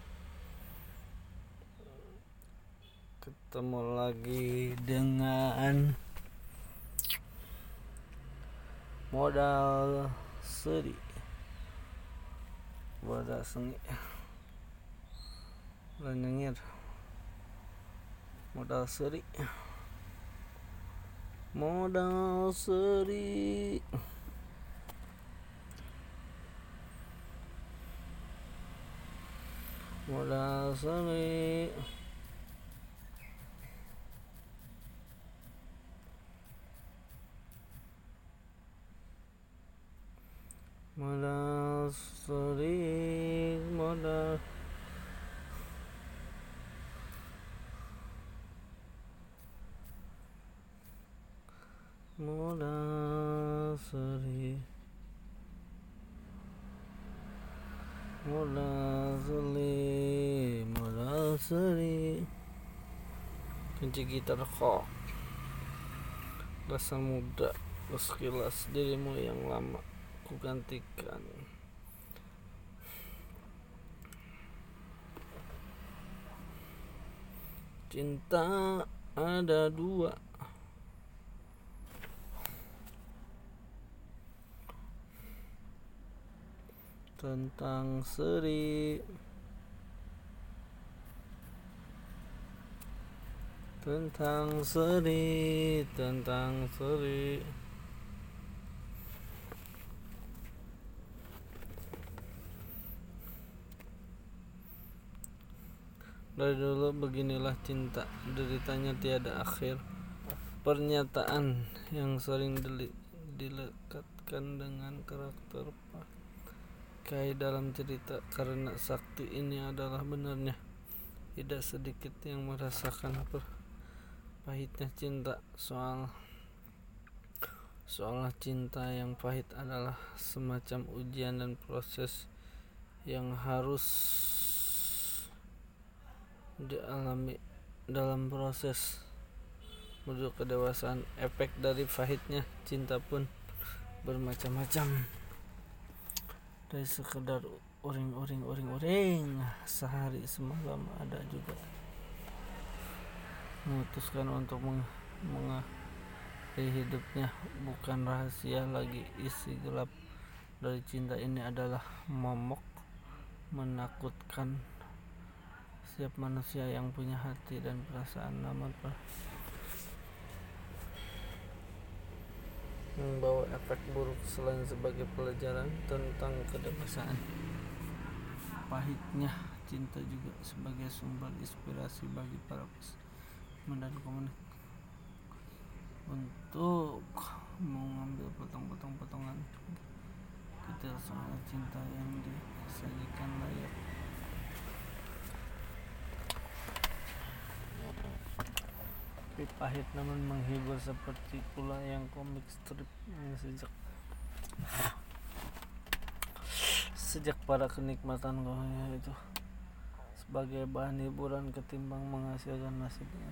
Ketemu lagi dengan modal seri, modal sengi, nyengir, modal seri, modal seri. Modal seri. Modal seri, modal modal seri, modal seri, modal seri. Kunci gitar kok rasa muda, sekilas dirimu yang lama ku gantikan. Cinta ada dua, tentang seri, tentang seri, tentang seri. Dari dulu beginilah cinta, deritanya tiada akhir. Pernyataan yang sering dili- dilekatkan dengan karakter pakai dalam cerita, karena sakti ini adalah benarnya. Tidak sedikit yang merasakan per- pahitnya cinta. Soal Seolah cinta yang pahit adalah semacam ujian dan proses yang harus dialami dalam proses menuju kedewasaan. Efek dari pahitnya cinta pun bermacam-macam, dari sekedar uring-uring uring-uring sehari semalam, ada juga memutuskan untuk meng- mengakhiri hidupnya. Bukan rahasia lagi, isi gelap dari cinta ini adalah momok menakutkan setiap manusia yang punya hati dan perasaan, namun membawa efek buruk selain sebagai pelajaran tentang kedewasaan. Pahitnya cinta juga sebagai sumber inspirasi bagi para pemuda dan komunitas untuk mengambil potong-potong-potongan detail soal cinta yang disajikan layak. Tapi pahit namun menghibur, seperti pula yang komik strip yang sejak sejak para kenikmatan kawannya itu sebagai bahan hiburan ketimbang menghasilkan nasibnya.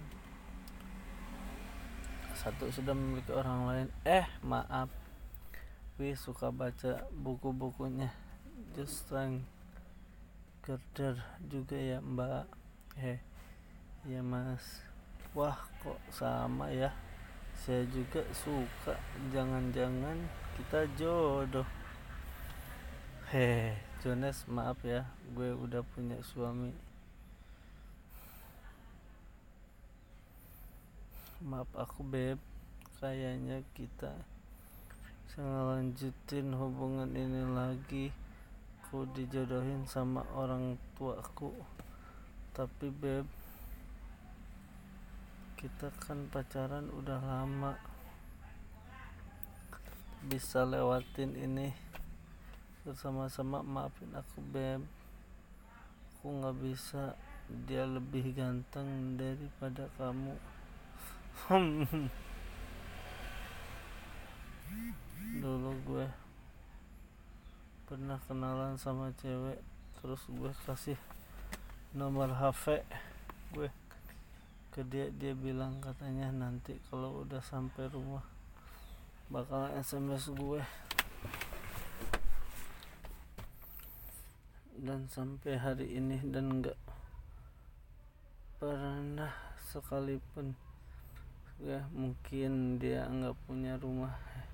Satu sudah memiliki orang lain. Eh maaf, Wi suka baca buku-bukunya Just Strength Girder juga ya mbak. Heh ya mas. Wah kok sama ya, saya juga suka. Jangan-jangan kita jodoh. Heh Jones maaf ya, gue udah punya suami. Maaf aku beb, kayaknya kita bisa ngelanjutin hubungan ini lagi. Aku dijodohin sama orang tuaku. Tapi beb, kita kan pacaran udah lama, bisa lewatin ini bersama-sama. Maafin aku beb, aku gak bisa, dia lebih ganteng daripada kamu. Dulu gue pernah kenalan sama cewek, terus gue kasih nomor H P gue ke dia. Dia bilang katanya nanti kalau udah sampai rumah bakalan S M S gue. Dan sampai hari ini dan gak pernah sekalipun. Ya mungkin dia nggak punya rumah.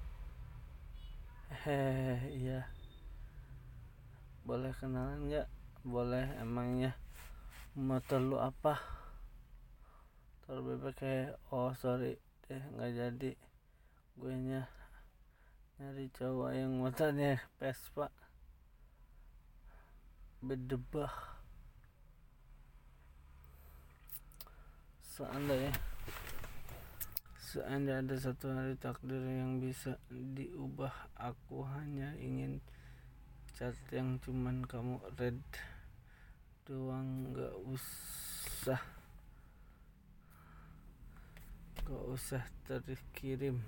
Hehehe iya, boleh kenalan nggak? Boleh. Emangnya motor lu apa? Motor bebek. Kayak oh sorry deh nggak jadi. Gue nya nyari cowok yang motornya Vespa bedebah. Seandainya Seandainya ada satu hari takdir yang bisa diubah, aku hanya ingin cat yang cuman kamu red doang. Gak usah Gak usah terkirim,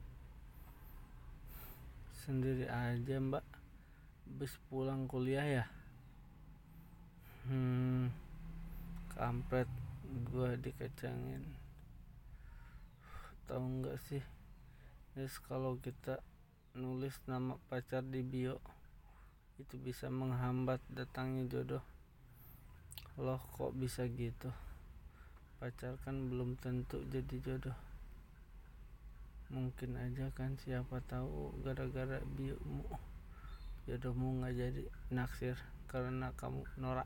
sendiri aja mbak. Habis pulang kuliah ya. Hmm kampret, gua dikacangin. Tahu nggak sih, Yes, kalau kita nulis nama pacar di bio itu bisa menghambat datangnya jodoh. Loh kok bisa gitu? Pacar kan belum tentu jadi jodoh. Mungkin aja kan, siapa tahu gara-gara biomu jodohmu nggak jadi naksir karena kamu norak.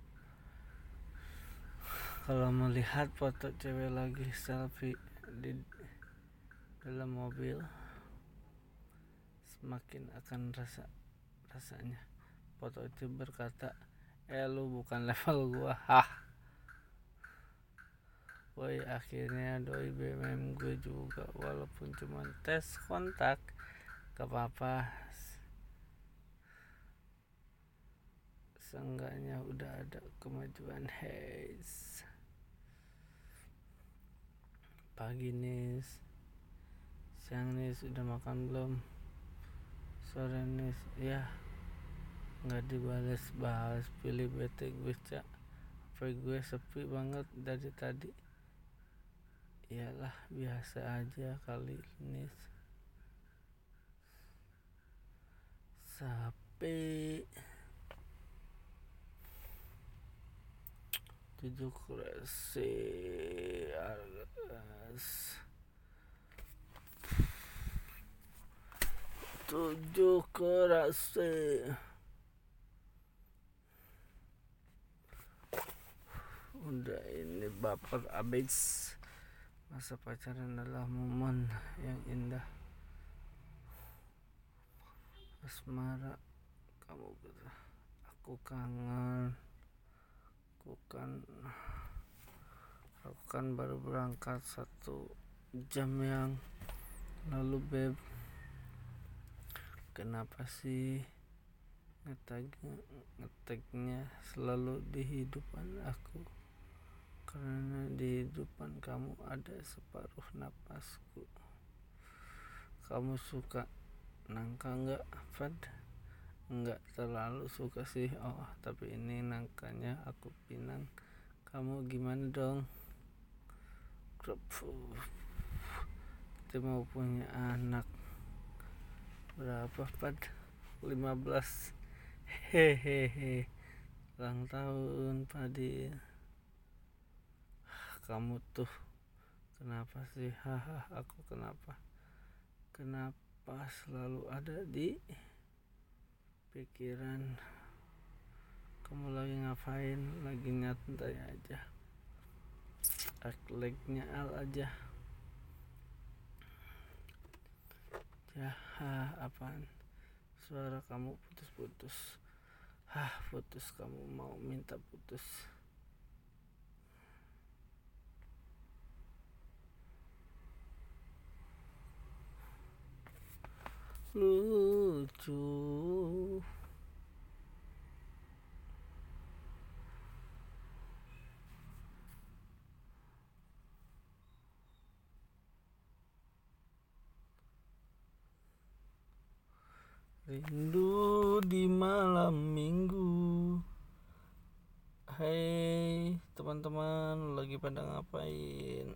Kalau melihat foto cewek lagi selfie di dalam mobil, semakin akan rasa rasanya foto itu berkata, eh lu bukan level gua. Hah. Woi akhirnya doi B M M gue juga, walaupun cuma tes kontak. Gak apa-apa, seenggaknya udah ada kemajuan. Heis pagi nis, siang nis, udah makan belum? Sore nis, ya nggak dibales-bales. Pilih bete gue cak, H P gue sepi banget dari tadi. Iyalah biasa aja kali nis. Sapi tujuh kurasi alas tujuh kurasi. Udah ini baper abis. Masa pacaran adalah momen yang indah. Asmara kamu gitu. Aku kangen. Aku kan Aku kan baru berangkat satu jam yang lalu beb. Kenapa sih ngetag ngetagnya selalu di hidupan aku? Karena di hidupan kamu ada separuh napasku. Kamu suka nangka nggak, Fad? enggak terlalu suka sih. Oh tapi ini nangkanya aku pinang. Kamu gimana dong? Kita mau punya anak berapa pad? lima belas. Hehehe. Ulang tahun Padi. Kamu tuh kenapa sih? Haha, aku kenapa? Kenapa selalu ada di pikiran? Kamu lagi ngapain? Lagi nyantai aja. Akleknya al aja. Ya, ha, apaan? Suara kamu putus-putus. Hah, putus, kamu mau minta putus. Lucu. Rindu di malam minggu. Hai teman-teman, lagi pada ngapain?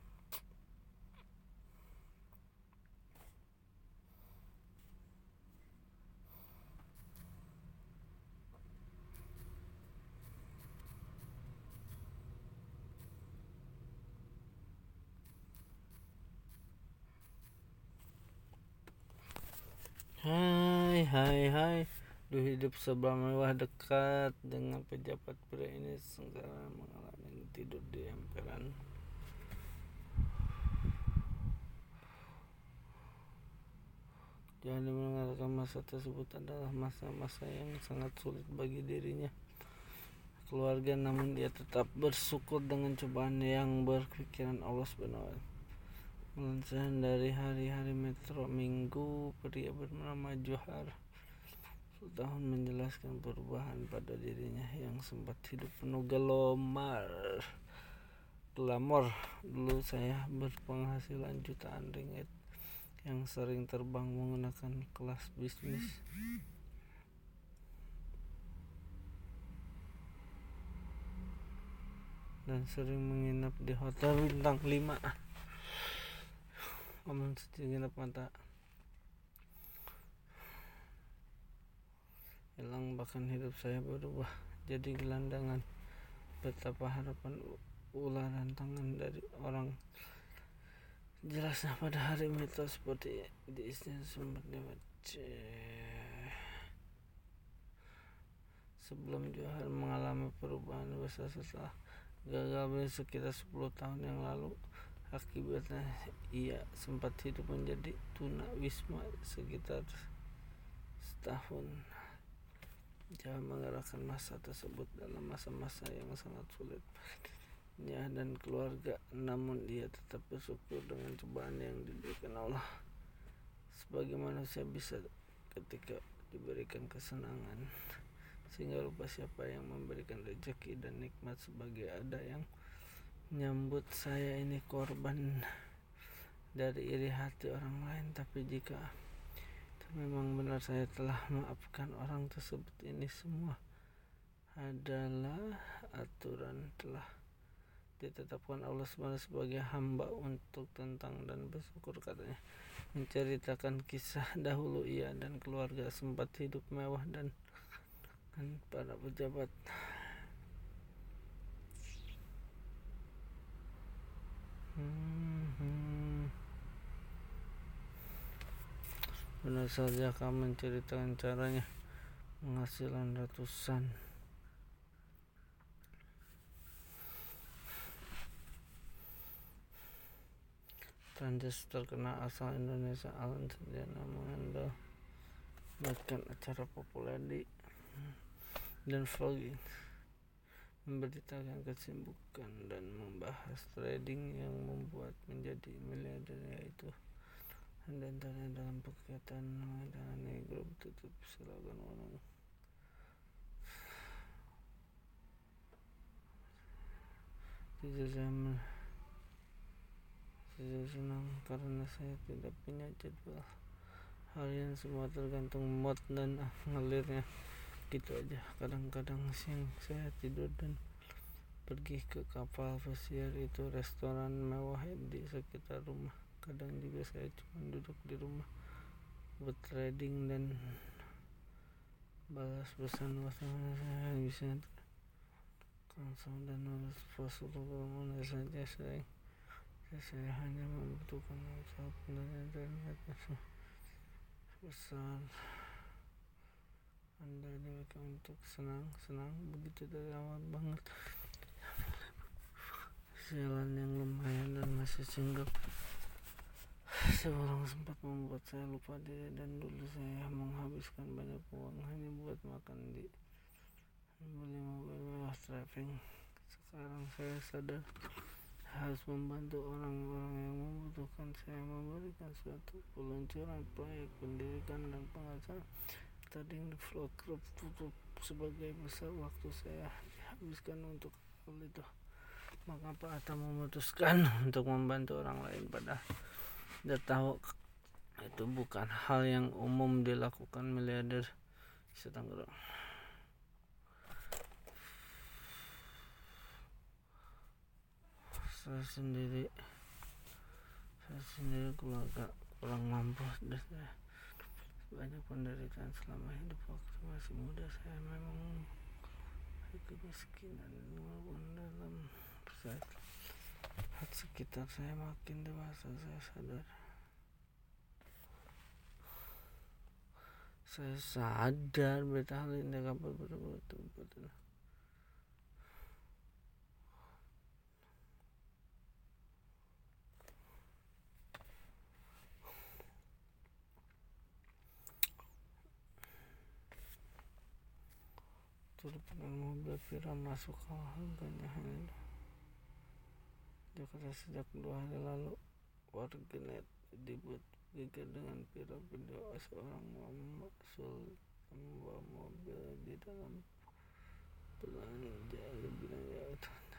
Hai hai hai. Duh, hidup serba mewah dekat dengan pejabat pria ini sekarang mengalami tidur di emperan. Jangan mengatakan masa tersebut adalah masa-masa yang sangat sulit bagi dirinya keluarga, namun dia tetap bersyukur dengan cobaan yang berpikiran Allah subhanahu wa taala. Melansir dari hari-hari Metro Minggu, pria bernama Johar tahun menjelaskan perubahan pada dirinya yang sempat hidup penuh gelomar glamor. Dulu saya berpenghasilan jutaan ringgit yang sering terbang menggunakan kelas bisnis. Dan sering menginap di hotel bintang lima. Omong sejenak mata hilang, bahkan hidup saya berubah jadi gelandangan. Betapa harapan ularan tangan dari orang jelasnya pada hari mitos seperti di istana sempat dibaca. Sebelum Johar mengalami perubahan besar setelah gagal bisnis sekitar sepuluh tahun yang lalu. Akibatnya ia sempat hidup menjadi tuna wisma sekitar setahun. Jangan mengerahkan masa tersebut dalam masa-masa yang sangat sulit baginya dan keluarga, namun dia tetap bersyukur dengan cobaan yang diberikan Allah. Sebagai manusia bisa ketika diberikan kesenangan sehingga lupa siapa yang memberikan rezeki dan nikmat. Sebagai ada yang menyambut saya ini korban dari iri hati orang lain, tapi jika itu memang benar saya telah maafkan orang tersebut. Ini semua adalah aturan telah ditetapkan Allah subhanahu wa taala sebagai hamba untuk tentang dan bersyukur, katanya. Menceritakan kisah dahulu ia dan keluarga sempat hidup mewah dan kan para pejabat. Hmm, hmm. Benar saja kamu menceritakan caranya penghasilan ratusan. Prancis terkenal asal Indonesia Alan Sudirman mengandalkan bahkan acara populer di dan vlogging, memberitakan kesibukan dan membahas trading yang membuat menjadi miliarder, yaitu dan tanya dalam berkaitan mengenai grup tutup silakan orang tidak zaman tidak senang karena saya tidak punya jadwal harian semua tergantung mood dan ngalirnya gitu aja. Kadang-kadang siang saya tidur dan pergi ke kapal pesiar, itu restoran mewah di sekitar rumah. Kadang juga saya cuma duduk di rumah buat trading dan balas pesan wartawan. Saya bisa konsol dan nulis post mana saja. Saya saya hanya membutuhkan WhatsApp dan internet besar. Anda dipakai untuk senang-senang begitu dari awal banget. Jalan yang lumayan dan masih single. Seorang sempat membuat saya lupa diri, dan dulu saya menghabiskan banyak uang hanya buat makan di beli mobil mewah, traveling. Sekarang saya sadar harus membantu orang-orang yang membutuhkan. Saya memberikan suatu peluncuran proyek pendidikan dan pengajaran trading di Flow Group tutup. Sebagai besar waktu saya dihabiskan untuk hal itu, maka Pak Atta memutuskan untuk membantu orang lain. Padahal dia tahu itu bukan hal yang umum dilakukan miliarder Setanggerang. Saya sendiri saya sendiri keluarga kurang mampu, dan saya banyak penderitaan selama hidup. Waktu masih muda saya memang kemiskinan, walaupun dalam saat sekitar saya makin dewasa saya sadar saya sadar beta hal ini kabar betul-betul turut dengan mobil viral masuk ke harganya hanya Jakarta sejak dua hari lalu. Warganet dibuat geger dengan viral video seorang memaksul membawa mobil di dalam belanja lebih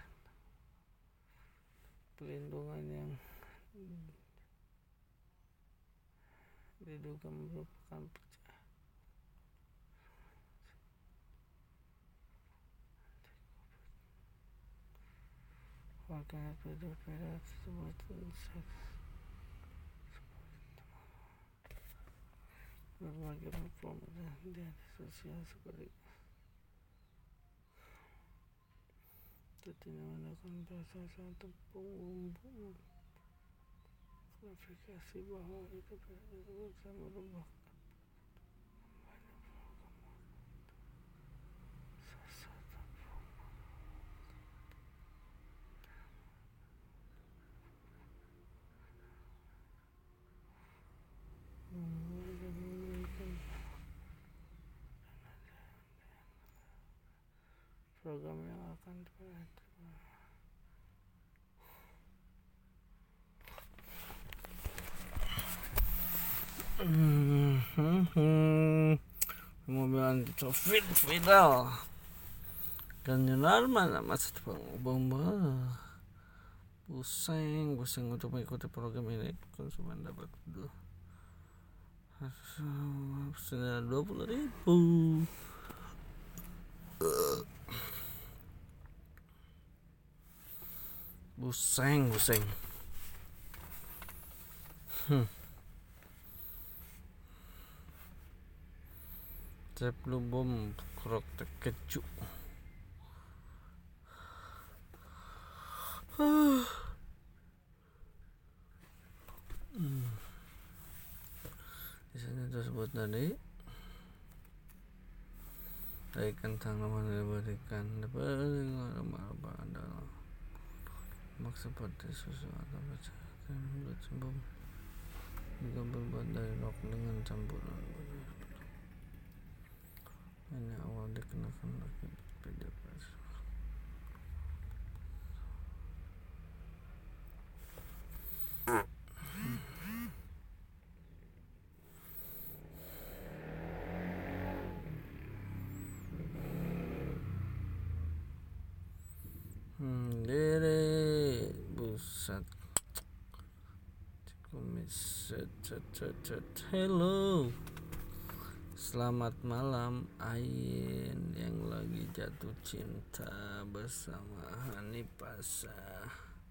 pelindungan yang diduga merupakan pecah. Warganet video-video tersebut seks berbagai platform media sosial seperti tidak menggunakan bahasa satu bumbu klarifikasi bahwa itu bisa merubah program yang akan diperhatikan. Hmm, hmm, hmm. Mobil anti-covid viral dan nyelar mana masa depan bomba. Pusing, pusing untuk mengikuti program ini. Konsumen dapat dua senilai dua puluh ribu. Buseng, buseng. Hmm. Cep lu bom krok terkeju. Hmm. Disini tersebut tadi berikan tanaman diberikan diberikan apa adalah maksud seperti susu atau bacakan bulat sembum juga berbuat dari rok dengan campuran. Ini awal dikenakan lagi beda pas. Hmm, dere busat kumis set cet cet cet. Hello. Selamat malam Ain yang lagi jatuh cinta bersama Hanifasa.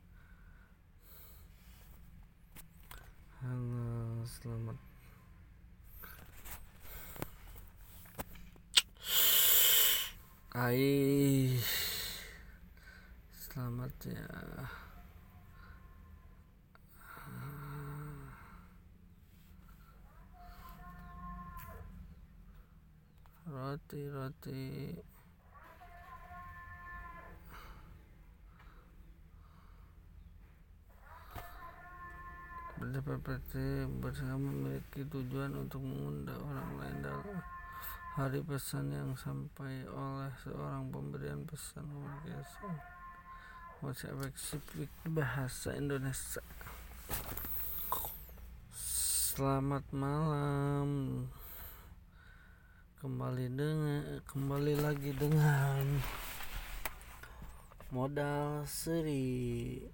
Halo, selamat. Ai. Selamat ya. Roti roti P P T bersama memiliki tujuan untuk mengundang orang lain dalam hari pesan yang sampai oleh seorang pemberian pesan komunikasi WhatsApp spesifik bahasa Indonesia. Selamat malam. Kembali dengan kembali lagi dengan Modal Seri,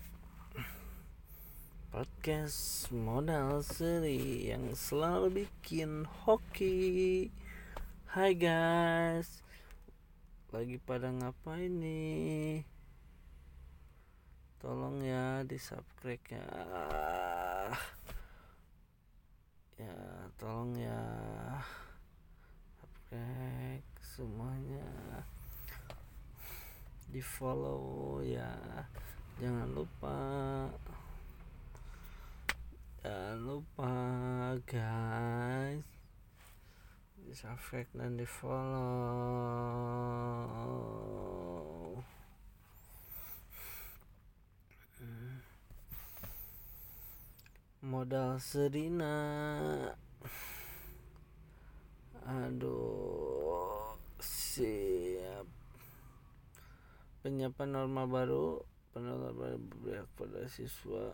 podcast Modal Seri yang selalu bikin hoki. Hai guys, lagi pada ngapain nih? Tolong ya di subscribe ya. Ya tolong ya. Semuanya di follow ya, jangan lupa jangan lupa guys di subscribe dan di follow. Modal Serina. Aduh, siap. Penyiapan norma baru, penerapan berpihak pada siswa.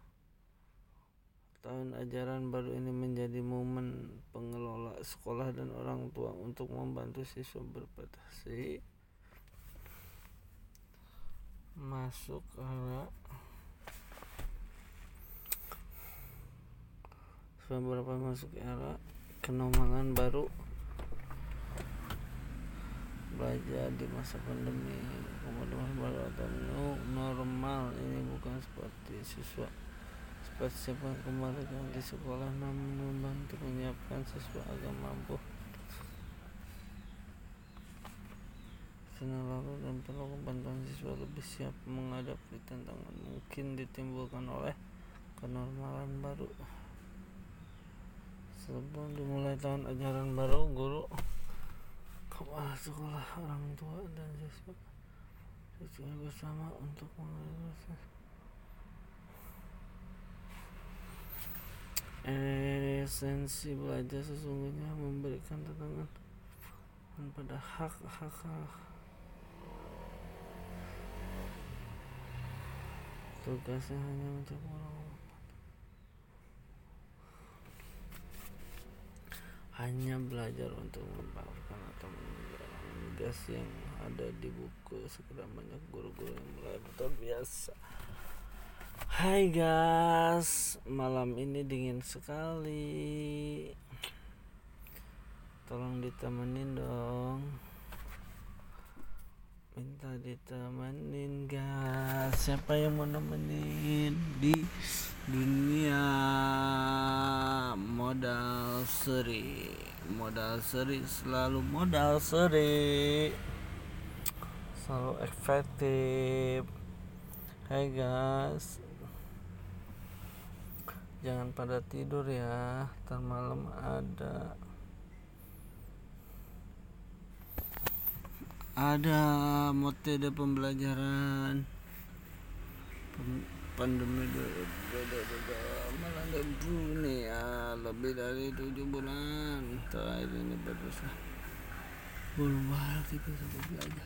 Tahun ajaran baru ini menjadi momen pengelola sekolah dan orang tua untuk membantu siswa beradaptasi masuk era beberapa masuk era kenormalan baru, belajar di masa pandemi. Kemudian baru atau new normal ini bukan seperti siswa persiapan kembali di sekolah, namun membantu menyiapkan siswa agar mampu lalu dan perlu bantuan siswa lebih siap menghadapi tantangan mungkin ditimbulkan oleh kenormalan baru. Sebelum dimulai tahun ajaran baru, guru, kepala sekolah, orang tua dan siswa siswa bersama untuk mengatasi esensi belajar sesungguhnya memberikan tantangan pada hak-hak tugasnya hanya untuk orang hanya belajar untuk membawakan atau mengerjakan tugas yang ada di buku. Sekedar banyak guru-guru yang mulai betul biasa. Hai guys, malam ini dingin sekali. Tolong ditemenin dong. Minta ditemenin guys. Siapa yang mau nemenin di dunia Modal Seri? Modal Seri selalu modal seri, selalu efektif. Hai guys, jangan pada tidur ya, ntar malam ada ada metode pembelajaran pandemi melanda dunia lebih dari tujuh bulan terakhir ini berusaha belum balik kita sampai belajar.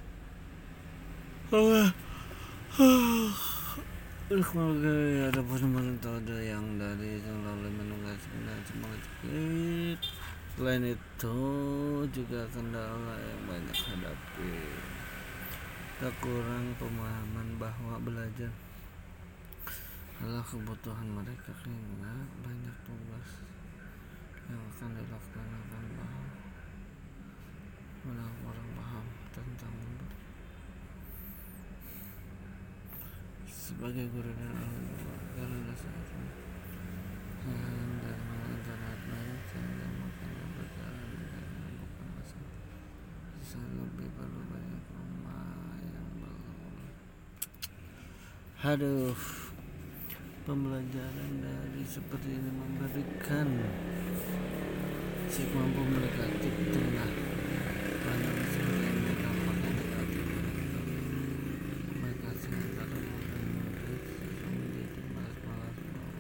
Semoga ada metode yang dari selalu menunggu semangat sedikit. Selain itu juga kendala yang banyak hadapi, tak kurang pemahaman bahwa belajar adalah kebutuhan mereka karena banyak tugas yang akan dilaksanakan. Paham banyak orang paham tentang sebagai guru dan ahli karena saat ini dan internet banyak sehingga makanya berjalan dan bukan masalah. Bisa lebih perlu banyak rumah yang belum. Aduh, pembelajaran dari seperti ini memberikan si mampu mendekati tengah pandang seperti ini dampaknya negatif komunikasi antara guru dan murid. Siswa menjadi malas-malas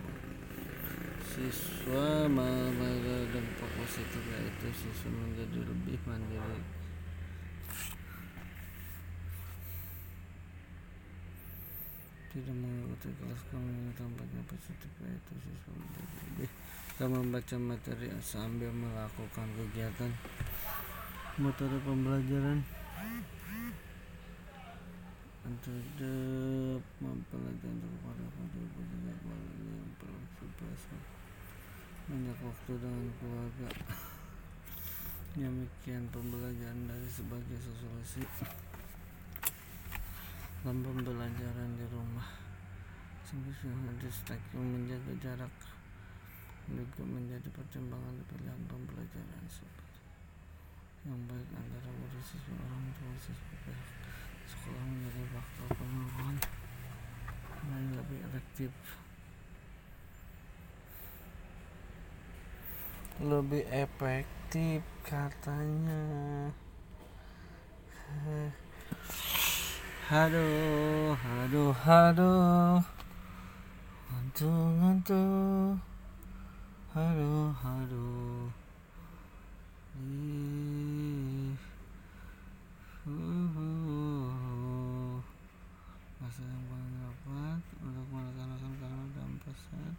siswa malah dampak positif yaitu siswa menjadi lebih mandiri, tidak mengikuti kelas kamu. Tampaknya positif yaitu siswa menjadi lebih bisa membaca materi sambil melakukan kegiatan metode pembelajaran untuk mempelajari kepada pada pendidik yang berproses banyak waktu dengan keluarga. Demikian pembelajaran dari sebagai solusi dalam pembelajaran di rumah. Sungguh hadis taklim menjaga jarak juga menjadi pertimbangan di pilihan pembelajaran yang baik antara murid, siswa, orang tua, siswa, pihak sekolah menjadi faktor pengawasan yang lebih efektif, lebih efektif katanya. Aduh, aduh, aduh, ngantuk, ngantuk, aduh, aduh, ih, uh, uh, masa yang paling rapat untuk melaksanakan karena dalam pesan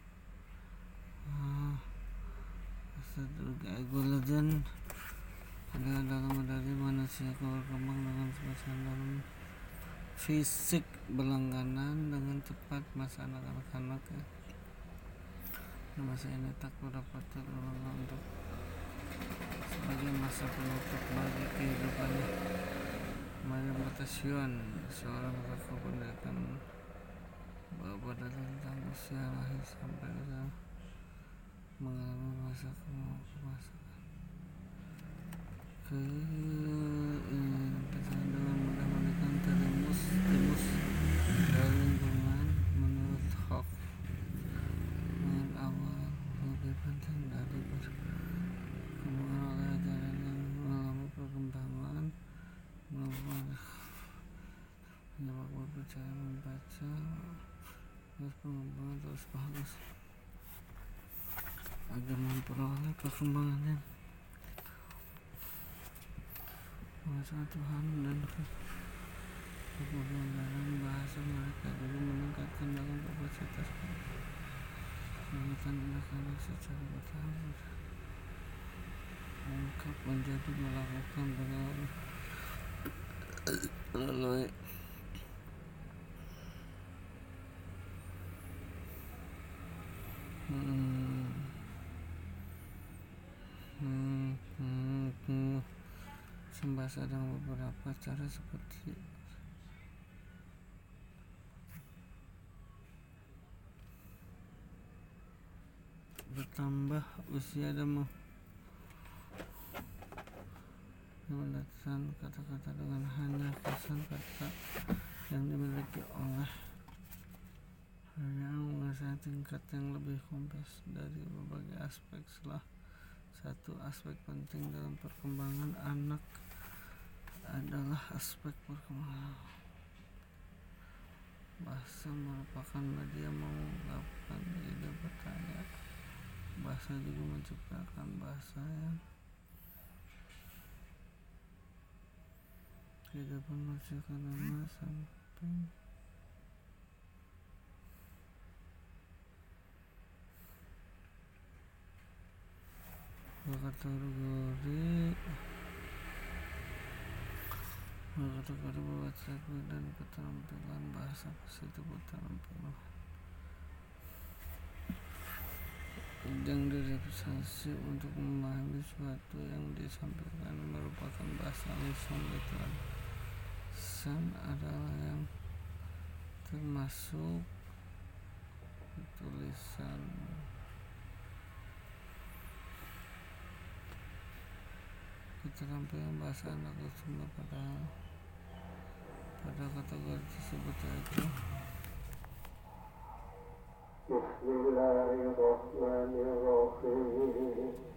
ah, satu ego legend adalah dalam dari manusia berkembang dengan sebesar dalam fisik berlangganan dengan cepat. Masa anak-anak ya. Masa ini tak dapat terulang untuk sebagai masa penutup bagi kehidupannya. Mari bertasyun seorang tokoh pendidikan bahwa tentang usia lahir sampai usia mengalami masa kemasan ke ini pesan dengan mudah menekan terimus timus dari lingkungan. Menurut Hock, dengan awal lebih penting dari perkembangan oleh ajaran yang mengalami perkembangan menyebabkan berpercaya membaca terus pengembangan terus bagus agar memperoleh perkembangannya bahasa Tuhan dan kebenaran bahasa mereka juga meningkatkan dalam kapasitas penglihatan anak-anak secara bertahap lengkap menjadi melakukan melalui melalui hmm, hmm, hmm, hmm. Bahasa dengan beberapa cara seperti bertambah usia dan mendatangkan kata-kata dengan hanya kesan kata yang dimiliki oleh hanya mengasah tingkat yang lebih kompleks dari berbagai aspek. Salah satu aspek penting dalam perkembangan anak adalah aspek perkembangan bahasa. Merupakan media mengungkapkan ide bertanya. Bahasa juga menciptakan bahasa yang kehidupan manusia karena sampai berkategori berkategori buat segmen dan keterampilan bahasa positif keterampilan yang direpresentasi untuk memahami sesuatu yang disampaikan merupakan bahasa lisan. Lisan adalah yang termasuk tulisan. Keterampilan bahasa anak bersumber pada pada kategori tersebut, yaitu Bismillahirrahmanirrahim.